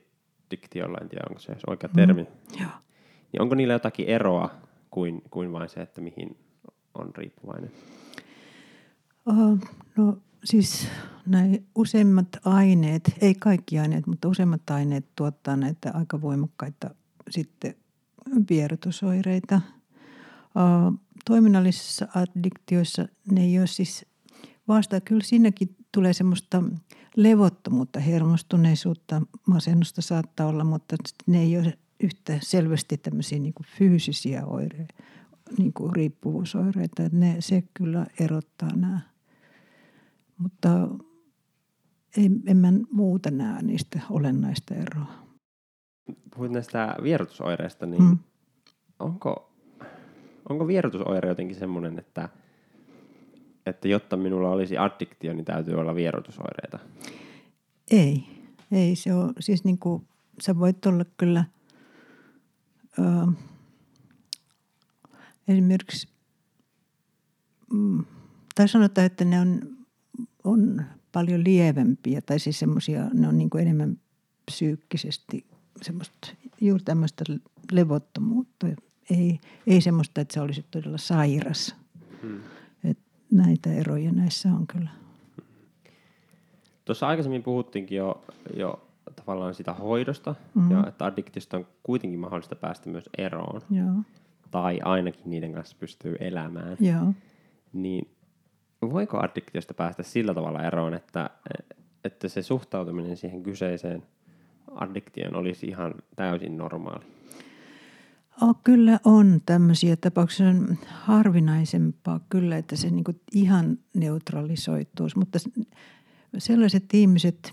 addiktiolla, en tiedä onko se edes oikea termi. Mm, joo. Niin onko niillä jotakin eroa kuin, kuin vain se, että mihin on riippuvainen? Uh, no siis näin useimmat aineet, ei kaikki aineet, mutta useimmat aineet tuottaa näitä aika voimakkaita sitten vierotusoireita. Uh, toiminnallisissa addiktioissa ne ei ole siis vasta, kyllä siinäkin tulee semmoista levottomuutta, hermostuneisuutta, masennusta saattaa olla, mutta ne ei ole yhtä selvästi tämmöisiä niin kuin fyysisiä oireita, niin kuin riippuvuusoireita. Ne, se kyllä erottaa nämä. Mutta ei, en mä muuta näe niistä olennaista eroa. Puhuit näistä vierotusoireista, niin hmm. onko, onko vierotusoire jotenkin semmoinen, että, että jotta minulla olisi addiktio, niin täytyy olla vierotusoireita? Ei. Ei se ole. Siis niin kuin sä voit olla kyllä ö, esimerkiksi, mm, tai sanotaan, että ne on, on paljon lievempiä, tai siis semmoisia, ne on niin kuin enemmän psyykkisesti semmoista, juuri tämmöistä levottomuutta. Ei, ei semmoista, että sä olisit todella sairas. Hmm. Et näitä eroja näissä on kyllä. Tuossa aikaisemmin puhuttiinkin jo, jo tavallaan sitä hoidosta, mm-hmm. ja että addiktiosta on kuitenkin mahdollista päästä myös eroon. Joo. Tai ainakin niiden kanssa pystyy elämään. Joo. Niin voiko addiktiosta päästä sillä tavalla eroon, että, että se suhtautuminen siihen kyseiseen addiktioon olisi ihan täysin normaali? Oh, kyllä on tämmöisiä tapauksia. On harvinaisempaa kyllä, että se niinku ihan neutralisoituisi, mutta sellaiset ihmiset,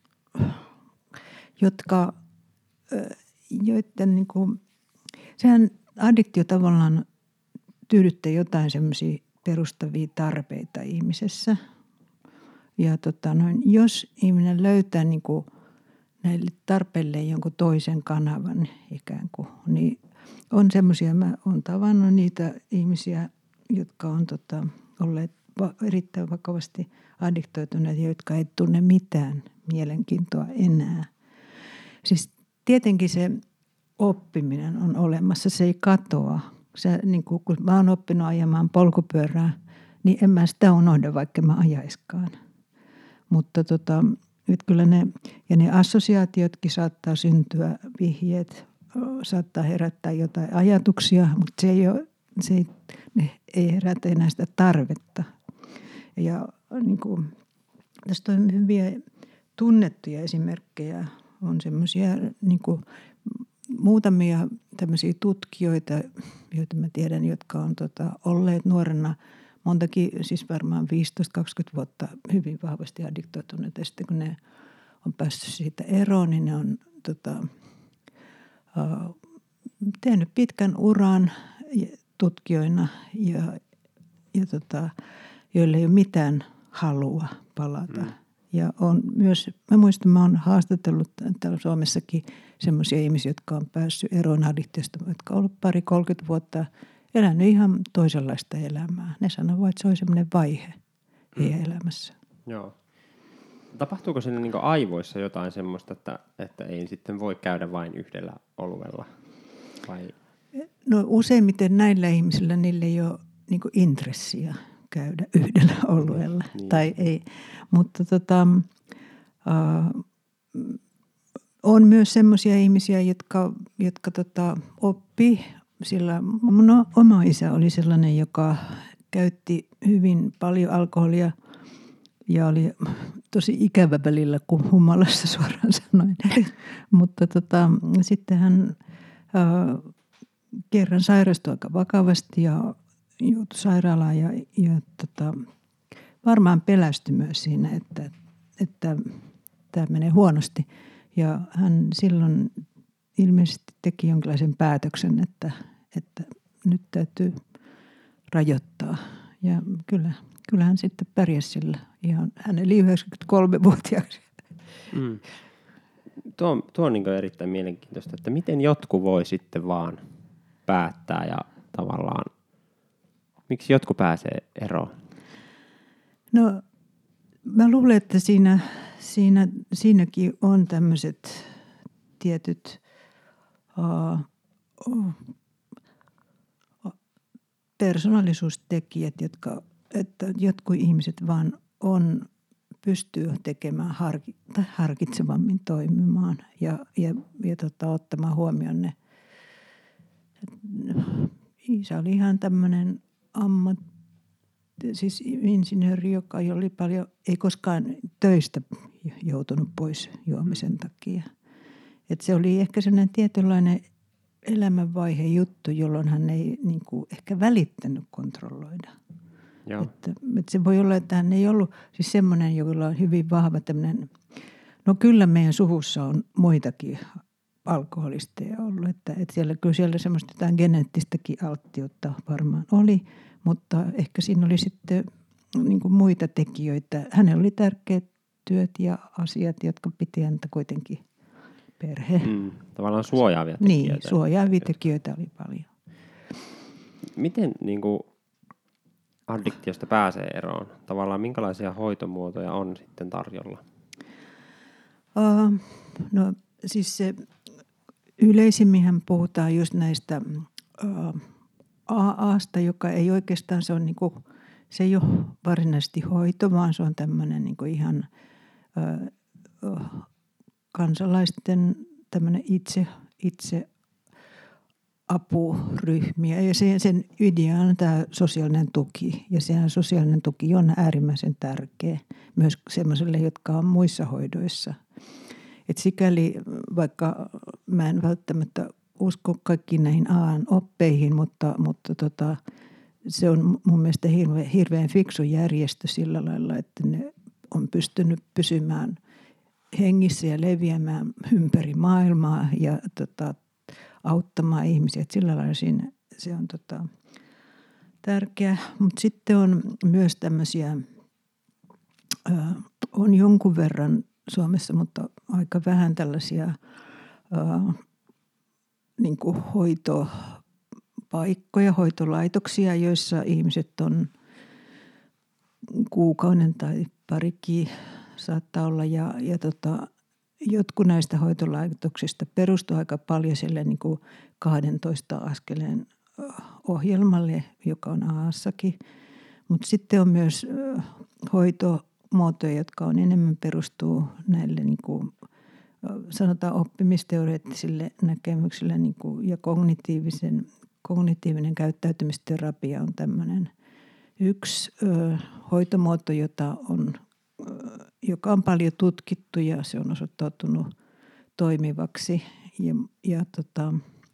jotka, joiden niinku, sehän addiktio tavallaan tyydyttää jotain semmoisia perustavia tarpeita ihmisessä. Ja tota noin, jos ihminen löytää niinku näille tarpeille jonkun toisen kanavan ikään kuin, niin on semmoisia, mä oon tavannut niitä ihmisiä, jotka on tota, olleet va- erittäin vakavasti addiktoituneet ja jotka ei tunne mitään mielenkiintoa enää. Siis tietenkin se oppiminen on olemassa, se ei katoa. Se, niin kun mä oon oppinut ajamaan polkupyörää, niin en mä sitä unohda, vaikka mä ajaiskaan. Mutta tota, nyt kyllä ne, ja ne assosiaatiotkin saattaa syntyä, vihjeet saattaa herättää jotain ajatuksia, mutta se ei, ole, se ei, ne ei herätä enää sitä tarvetta. Ja niin kuin, tästä on hyviä tunnettuja esimerkkejä, on semmoisia niin kuin muutamia tämmöisiä tutkijoita, joita mä tiedän, jotka on tota, olleet nuorena montakin, siis varmaan viisitoista kaksikymmentä vuotta hyvin vahvasti addiktoituneet. Ja sitten kun ne on päässyt siitä eroon, niin ne on tota, uh, tehnyt pitkän uran tutkijoina, ja, ja tota, joilla ei ole mitään halua palata. Mm. Ja on myös, mä muistan, mä oon haastatellut täällä Suomessakin semmoisia ihmisiä, jotka on päässyt eroon addiktiosta, jotka on ollut pari kolmekymmentä vuotta elänyt ihan toisenlaista elämää. Ne sanovat, että se on semmoinen vaihe heidän mm. elämässä. Joo. Tapahtuuko siinä niin kuin aivoissa jotain semmoista, että, että ei sitten voi käydä vain yhdellä oluella? Vai? No useimmiten näillä ihmisillä niillä ei ole niin kuin intressiä käydä yhdellä oluella. Niin. Tai ei. Mutta tota, uh, on myös semmoisia ihmisiä, jotka, jotka tota, oppii. Sillä mun oma isä oli sellainen, joka käytti hyvin paljon alkoholia ja oli tosi ikävä välillä, kun humalassa suoraan sanoin. Mutta tota, sitten hän uh, kerran sairastui aika vakavasti ja joutui sairaalaan ja, ja tota, varmaan pelästyi myös siinä, että, että tämä menee huonosti. Ja hän silloin ilmeisesti teki jonkinlaisen päätöksen, että, että nyt täytyy rajoittaa. Ja kyllä, kyllä hän sitten pärjäsi sillä. Ihan, hän eli yhdeksänkymmentäkolme-vuotiaaksi. Mm. Tuo, tuo on niin erittäin mielenkiintoista, että miten jotkut voi sitten vaan päättää ja tavallaan, miksi jotkut pääsee eroon? No mä luulen, että siinä, siinä, siinäkin on tämmöiset tietyt uh, uh, persoonallisuustekijät, jotka, että jotkut ihmiset vaan on, pystyy tekemään harki, tai harkitsevammin toimimaan ja, ja, ja tota, ottamaan huomioon ne. Iisa oli ihan tämmöinen ammat, siis insinööri, joka oli paljon, ei koskaan töistä joutunut pois juomisen takia. Et se oli ehkä sellainen tietynlainen elämänvaihe juttu, jolloin hän ei niin kuin ehkä välittänyt kontrolloida. Että, että se voi olla, että hän ei ollut siis semmoinen, jolla on hyvin vahva tämmöinen, no kyllä meidän suvussa on muitakin alkoholisteja ollut, että, että siellä, kyllä siellä semmoista jotain geneettistäkin alttiutta varmaan oli, mutta ehkä siinä oli sitten niin kuin muita tekijöitä. Hänellä oli tärkeät työt ja asiat, jotka piti häntä kuitenkin perhe. Mm, tavallaan suojaavia tekijöitä. Niin, suojaavia tekijöitä oli paljon. Miten niin kuin addiktiosta pääsee eroon? Tavallaan minkälaisia hoitomuotoja on sitten tarjolla? Uh, no siis se yleisimminhän puhutaan just näistä uh, A A:sta, joka ei oikeastaan, se on niinku, se ei ole varsinaisesti hoito, vaan se on tämmöinen niinku ihan uh, uh, kansalaisten tämmöinen itse, itse apuryhmiä ja sen, sen idea on tämä sosiaalinen tuki ja sehän sosiaalinen tuki on äärimmäisen tärkeä myös semmoisille, jotka on muissa hoidoissa. Et sikäli vaikka mä en välttämättä usko kaikkiin näihin A A:n oppeihin, mutta, mutta tota, se on mun mielestä hirveän, hirveän fiksu järjestö sillä lailla, että ne on pystynyt pysymään hengissä ja leviämään ympäri maailmaa ja tota, auttamaan ihmisiä. Et sillä lailla siinä se on tota, tärkeää. Mutta sitten on myös tämmöisiä, ää, on jonkun verran Suomessa, mutta aika vähän tällaisia ää, niin kuin hoitopaikkoja, hoitolaitoksia, joissa ihmiset on kuukauden tai parikin saattaa olla. Ja, ja tota, jotkut näistä hoitolaitoksista perustuu aika paljon sille niin kuin kahdentoista askeleen ohjelmalle, joka on A A:ssakin. Mutta sitten on myös hoitomuotoja, jotka on enemmän perustuu näille niin kuin, sanotaan oppimisteoreettisille näkemyksille niin kuin, ja kognitiivisen, kognitiivinen käyttäytymisterapia on tämmöinen yksi ö, hoitomuoto, jota on, ö, joka on paljon tutkittu ja se on osoittautunut toimivaksi. Ja, ja tota,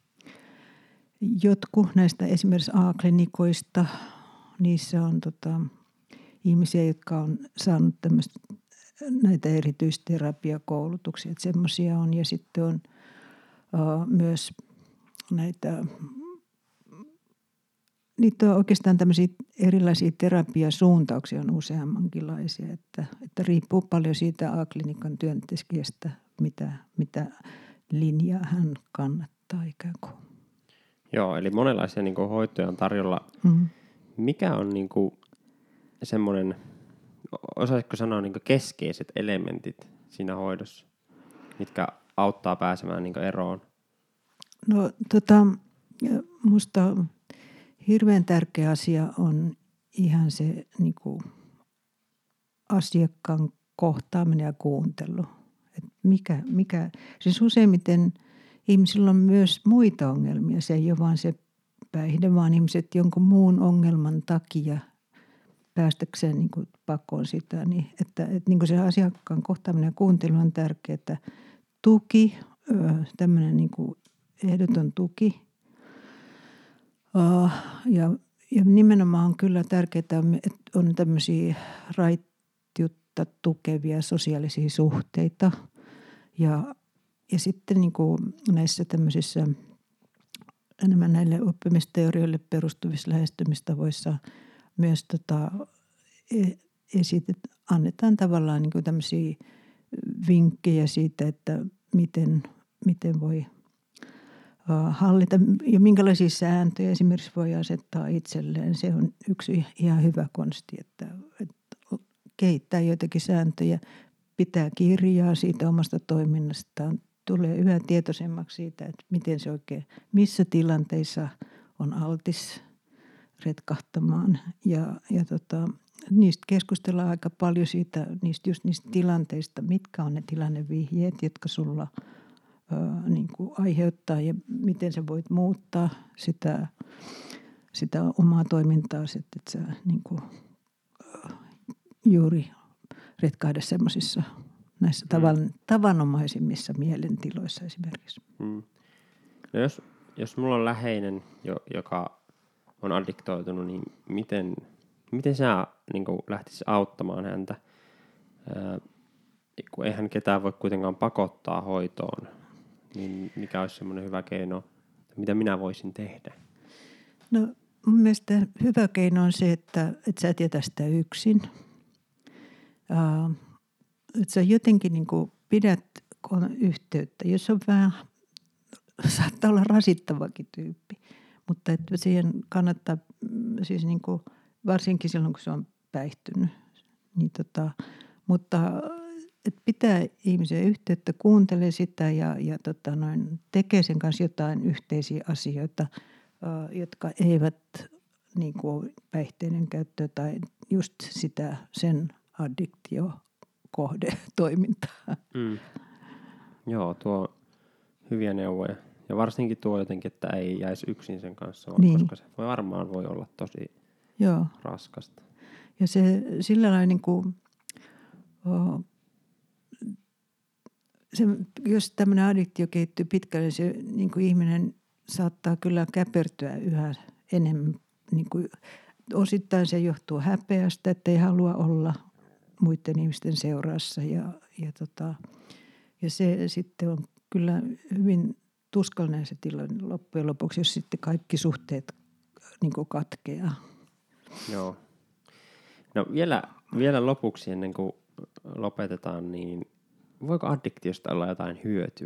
jotkut näistä esimerkiksi A-klinikoista, niissä on tota, ihmisiä, jotka on saanut tämmöistä näitä erityisterapiakoulutuksia, että semmoisia on. Ja sitten on uh, myös näitä, niitä on oikeastaan tämmöisiä erilaisia terapiasuuntauksia on useammankinlaisia, että, että riippuu paljon siitä A-klinikan työntekijästä, mitä, mitä linjaa hän kannattaa ikään kuin. Joo, eli monenlaisia niin kuin hoitoja on tarjolla. Mm. Mikä on niin kuin semmoinen, osaisitko sanoa niin kuin keskeiset elementit siinä hoidossa, mitkä auttaa pääsemään niin kuin eroon? No tota, musta hirveän tärkeä asia on ihan se niin kuin asiakkaan kohtaaminen ja kuuntelu. Et mikä, mikä, siis useimmiten ihmisillä on myös muita ongelmia. Se ei ole vaan se päihde, vaan ihmiset jonkun muun ongelman takia päästäkseen niin kuin pakoon sitä. Niin, että, että niin kuin se asiakkaan kohtaaminen ja kuuntelu on tärkeää. Tuki, tämmöinen niin kuin ehdoton tuki. Ja, ja nimenomaan on kyllä tärkeää, että on tämmöisiä raittiutta tukevia sosiaalisia suhteita. Ja, ja sitten niin kuin näissä tämmöisissä enemmän näille oppimisteorioille perustuvissa lähestymistavoissa myös tota, esitet, annetaan tavallaan niin kuin tämmöisiä vinkkejä siitä, että miten, miten voi hallita ja minkälaisia sääntöjä esimerkiksi voi asettaa itselleen. Se on yksi ihan hyvä konsti, että, että kehittää joitakin sääntöjä, pitää kirjaa siitä omasta toiminnastaan, tulee yhä tietoisemmaksi siitä, että miten se oikein, missä tilanteissa on altis retkahtamaan. Ja, ja tota, niistä keskustellaan aika paljon siitä, niistä, just niistä tilanteista, mitkä on ne tilannevihjeet, jotka sulla ää, niin kuin aiheuttaa ja miten sä voit muuttaa sitä, sitä omaa toimintaa, että sä niin kuin, ää, juuri retkahda semmoisissa näissä tavan, mm. tavanomaisimmissa mielentiloissa esimerkiksi. Mm. No jos, jos mulla on läheinen, jo, joka on addiktoitunut, niin miten, miten sä niin kuin lähtisit auttamaan häntä? Ää, kun eihän ketään voi kuitenkaan pakottaa hoitoon, niin mikä olisi semmoinen hyvä keino, mitä minä voisin tehdä? No mun mielestä hyvä keino on se, että, että sä et jätä sitä yksin. Ää, että sä jotenkin niin kuin pidät yhteyttä, jos on vähän, saattaa olla rasittavakin tyyppi, mutta että siihen kannattaa, siis niin kuin, varsinkin silloin kun se on päihtynyt, niin tota, mutta että pitää ihmisen yhteyttä, kuuntelee sitä ja, ja tota noin, tekee sen kanssa jotain yhteisiä asioita, jotka eivät niin kuin päihteiden käyttöä tai just sitä sen addiktio kohdetoimintaa. Mm. Joo, tuo hyviä neuvoja. Ja varsinkin tuo jotenkin, että ei jäisi yksin sen kanssa, niin. Koska se voi varmaan voi olla tosi Joo. raskasta. Ja se sillä lailla niin kuin, oh, se, jos tämmöinen addiktio kehittyy pitkälle, se niin kuin ihminen saattaa kyllä käpertyä yhä enemmän. Niin kuin, osittain se johtuu häpeästä, että ei halua olla muiden ihmisten seurassa ja, ja, tota, ja se sitten on kyllä hyvin tuskallinen se tilanne loppujen lopuksi, jos sitten kaikki suhteet niin kuin katkeaa. Joo. No vielä, vielä lopuksi ennen kuin lopetetaan, niin voiko addiktiosta olla jotain hyötyä?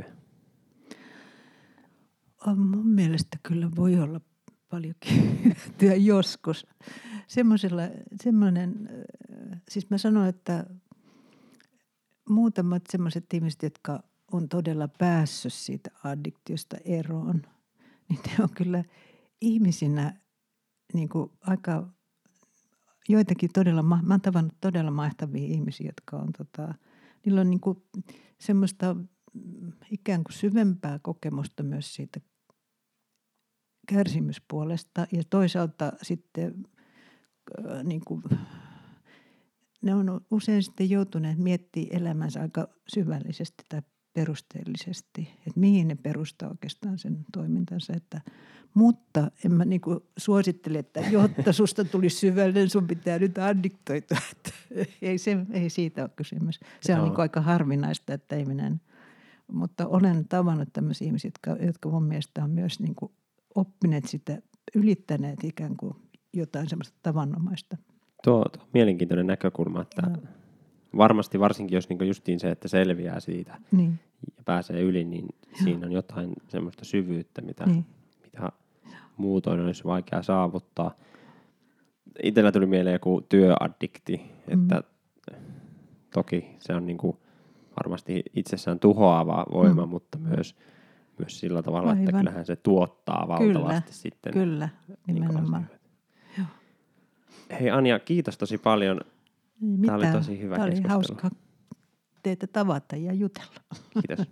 Mun mielestä kyllä voi olla paljonkin hyötyä joskus. Semmoinen, siis mä sanon, että muutamat semmoiset ihmiset, jotka on todella päässyt siitä addiktiosta eroon, niin ne on kyllä ihmisinä niin kuin aika, joitakin todella, mä oon tavannut todella mahtavia ihmisiä, jotka on tota, niillä on niin kuin semmoista ikään kuin syvempää kokemusta myös siitä kärsimyspuolesta ja toisaalta sitten äh, niin kuin, ne on usein sitten joutuneet miettimään elämänsä aika syvällisesti tai perusteellisesti, että mihin ne perustaa oikeastaan sen toimintansa. Että, mutta en mä niin kuin suosittele, että jotta susta tulisi syvällinen, sun pitää nyt addiktoitua. Että ei, se, ei siitä ole kysymys. Se on no. niin kuin aika harvinaista, että ei minä, mutta olen tavannut tämmöisiä ihmisiä, jotka, jotka mun mielestä on myös niin kuin oppineet sitä, ylittäneet ikään kuin jotain semmoista tavanomaista. Tuo, tuo mielenkiintoinen näkökulma, että no. varmasti varsinkin jos niin justiin se, että selviää siitä niin. ja pääsee yli, niin Joo. siinä on jotain semmoista syvyyttä, mitä, niin. mitä muutoin olisi vaikea saavuttaa. Itsellä tuli mieleen joku työaddikti, että mm. toki se on niin kuin varmasti itsessään tuhoava voima, mm. mutta myös, myös sillä tavalla, Aivan. että kyllähän se tuottaa valtavasti kyllä, sitten. Kyllä, nimenomaan. Niin hei Anja, kiitos tosi paljon. Mitä? Tämä oli tosi hyvä Tämä keskustelu. Oli hauska teitä tavata ja jutella. Kiitos.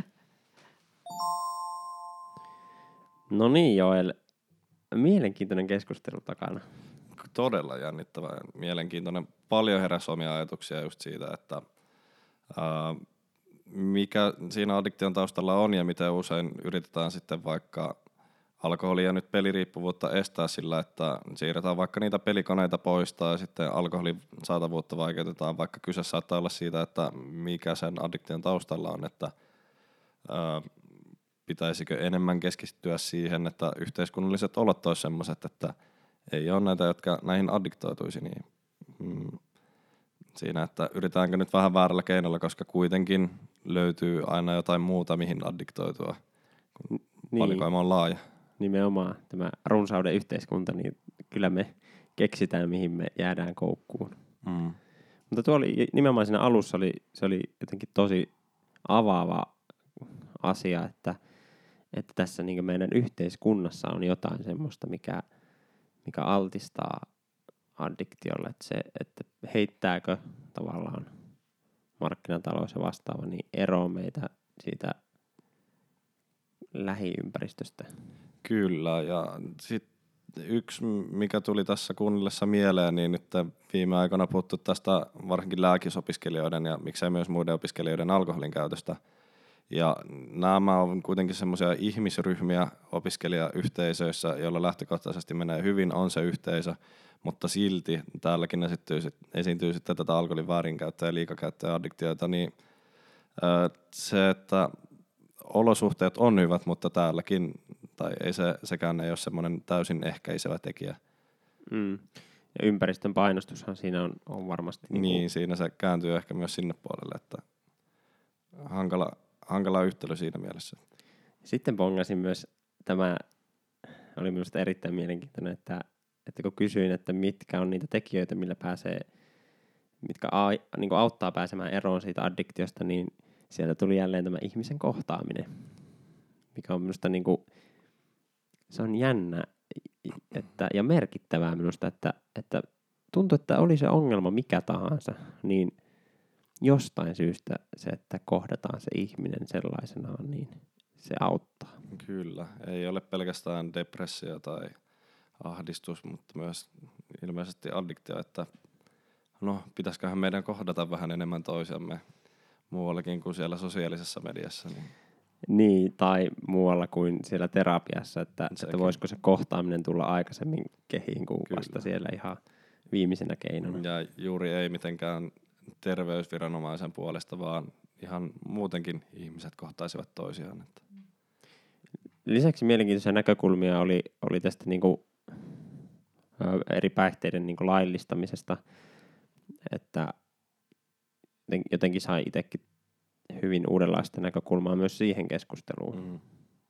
No niin Joel, mielenkiintoinen keskustelu takana. Todella jännittävä ja mielenkiintoinen. Paljon heräsi omia ajatuksia just siitä, että ää, mikä siinä addiktion taustalla on ja miten usein yritetään sitten vaikka alkoholia ja nyt peliriippuvuutta estää sillä, että siirretään vaikka niitä pelikoneita poistaa ja sitten alkoholin saatavuutta vaikeutetaan, vaikka kyse saattaa olla siitä, että mikä sen addiktion taustalla on, että ää, pitäisikö enemmän keskittyä siihen, että yhteiskunnalliset olot olisi semmoiset, että ei ole näitä, jotka näihin addiktoituisi, niin mm, siinä, että yritetäänkö nyt vähän väärällä keinolla, koska kuitenkin löytyy aina jotain muuta, mihin addiktoitua, kun niin. valikoima on laaja. Nimenomaan tämä runsauden yhteiskunta, niin kyllä me keksitään, mihin me jäädään koukkuun. Mm. Mutta tuo oli, nimenomaan siinä alussa oli, se oli jotenkin tosi avaava asia, että, että tässä niin meidän yhteiskunnassa on jotain semmoista, mikä, mikä altistaa addiktiolle, että, se, että heittääkö tavallaan markkinatalous ja vastaava niin eroon meitä siitä lähiympäristöstä. Kyllä, ja sitten yksi, mikä tuli tässä kuunnellessa mieleen, niin nyt viime aikoina puhuttu tästä varsinkin lääkisopiskelijoiden ja miksei myös muiden opiskelijoiden alkoholin käytöstä. Ja nämä on kuitenkin semmoisia ihmisryhmiä opiskelijayhteisöissä, joilla lähtökohtaisesti menee hyvin, on se yhteisö, mutta silti täälläkin esiintyy, esiintyy sitten tätä alkoholin väärinkäyttöä ja liikakäyttöä ja addiktioita, niin se, että olosuhteet on hyvät, mutta täälläkin, tai ei se, sekään ei ole semmoinen täysin ehkäisevä tekijä. Mm. Ja ympäristön painostushan siinä on, on varmasti... Niin, niin, kuin... siinä se kääntyy ehkä myös sinne puolelle, että hankala, hankala yhtälö siinä mielessä. Sitten pongasin myös tämä, oli minusta erittäin mielenkiintoinen, että, että kun kysyin, että mitkä on niitä tekijöitä, millä pääsee, mitkä a, niin kuin auttaa pääsemään eroon siitä addiktiosta, niin sieltä tuli jälleen tämä ihmisen kohtaaminen, mikä on minusta niin kuin, se on jännä että, ja merkittävää minusta, että, että tuntuu, että oli se ongelma mikä tahansa, niin jostain syystä se, että kohdataan se ihminen sellaisenaan, niin se auttaa. Kyllä, ei ole pelkästään depressio tai ahdistus, mutta myös ilmeisesti addiktio, että no pitäisiköhän meidän kohdata vähän enemmän toisiamme muuallakin kuin siellä sosiaalisessa mediassa. Niin, niin tai muualla kuin siellä terapiassa, että, että voisiko se kohtaaminen tulla aikaisemmin kehiin kuin Kyllä. vasta siellä ihan viimeisenä keinona. Ja juuri ei mitenkään terveysviranomaisen puolesta, vaan ihan muutenkin ihmiset kohtaisivat toisiaan. Että. Lisäksi mielenkiintoisia näkökulmia oli, oli tästä niinku, eri päihteiden niinku laillistamisesta, että jotenkin sai itsekin hyvin uudenlaista näkökulmaa myös siihen keskusteluun.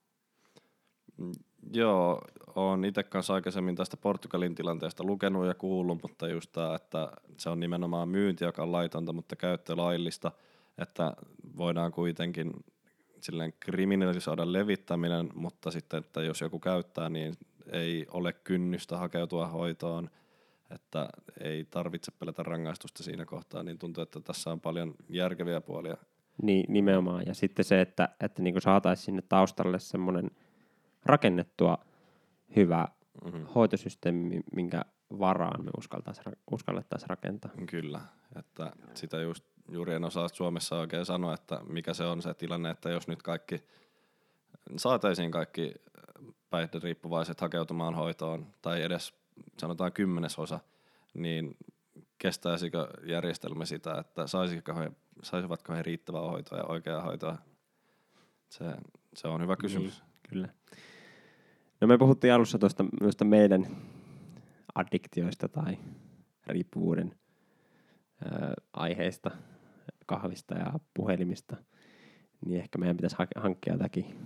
Mm. Joo, olen itse kanssa aikaisemmin tästä Portugalin tilanteesta lukenut ja kuullut, mutta just tämä, että se on nimenomaan myynti, joka on laitonta, mutta käyttö laillista, että voidaan kuitenkin silleen kriminalisoida levittäminen, mutta sitten, että jos joku käyttää, niin ei ole kynnystä hakeutua hoitoon, että ei tarvitse pelätä rangaistusta siinä kohtaa, niin tuntuu, että tässä on paljon järkeviä puolia. Niin, nimenomaan. Ja sitten se, että, että niin saataisiin sinne taustalle semmoinen rakennettua hyvä mm-hmm. hoitosysteemi, minkä varaan me uskallettaisiin rakentaa. Kyllä, että sitä just, juuri en osaa Suomessa oikein sanoa, että mikä se on se tilanne, että jos nyt kaikki saataisiin kaikki päihderiippuvaiset hakeutumaan hoitoon, tai edes sanotaan kymmenesosa, niin kestäisikö järjestelmä sitä, että saisiko he, saisivatko he riittävää hoitoa ja oikeaa hoitoa? Se, se on hyvä kysymys. Niin, kyllä. No me puhuttiin alussa tuosta myös meidän addiktioista tai riippuvuuden ää, aiheista, kahvista ja puhelimista, niin ehkä meidän pitäisi ha- hankkia jotakin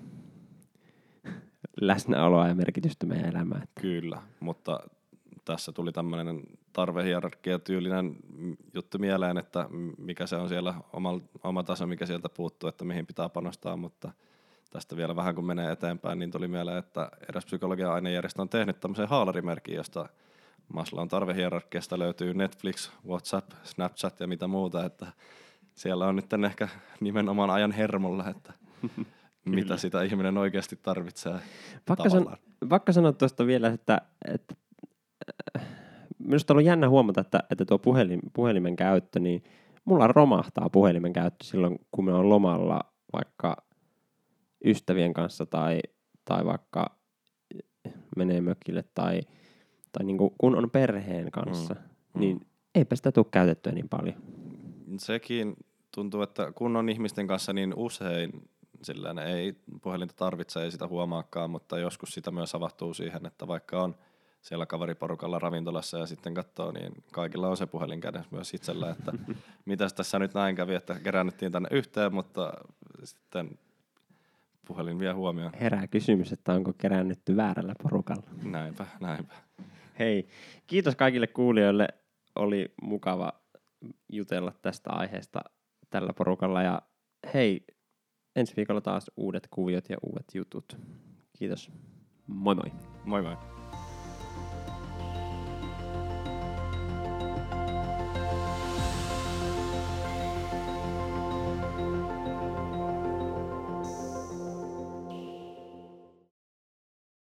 läsnäoloa ja merkitystä meidän elämään. Kyllä, mutta tässä tuli tämmöinen tarvehierarkia-tyylinen juttu mieleen, että mikä se on siellä oma, oma taso, mikä sieltä puuttuu, että mihin pitää panostaa, mutta tästä vielä vähän kun menee eteenpäin, niin tuli mieleen, että eräs psykologian ainejärjestö on tehnyt tämmöisen haalarimerkin, josta Maslown tarvehierarkiasta löytyy Netflix, WhatsApp, Snapchat ja mitä muuta, että siellä on nyt ehkä nimenomaan ajan hermolla, että mitä sitä ihminen oikeasti tarvitsee. Vaikka, san, vaikka sanoa tuosta vielä, että, että minusta on ollut jännä huomata, että, että tuo puhelin, puhelimen käyttö, niin mulla romahtaa puhelimen käyttö silloin, kun me on lomalla vaikka ystävien kanssa tai, tai vaikka menee mökille tai, tai niin kuin, kun on perheen kanssa, mm. niin eipä sitä tule käytettyä niin paljon. Sekin tuntuu, että kun on ihmisten kanssa niin usein, sillä ei puhelinta tarvitse, ei sitä huomaakaan, mutta joskus sitä myös avahtuu siihen, että vaikka on siellä kaveriporukalla ravintolassa ja sitten katsoo, niin kaikilla on se puhelin kädessä myös itsellä, että mitäs tässä nyt näin kävi, että keräännyttiin tänne yhteen, mutta sitten puhelin vie huomioon. Herää kysymys, että onko keräännytty väärällä porukalla. Näinpä, näinpä. Hei, kiitos kaikille kuulijoille. Oli mukava jutella tästä aiheesta tällä porukalla ja hei, ensi viikolla taas uudet kuviot ja uudet jutut. Kiitos. Moi moi. Moi moi.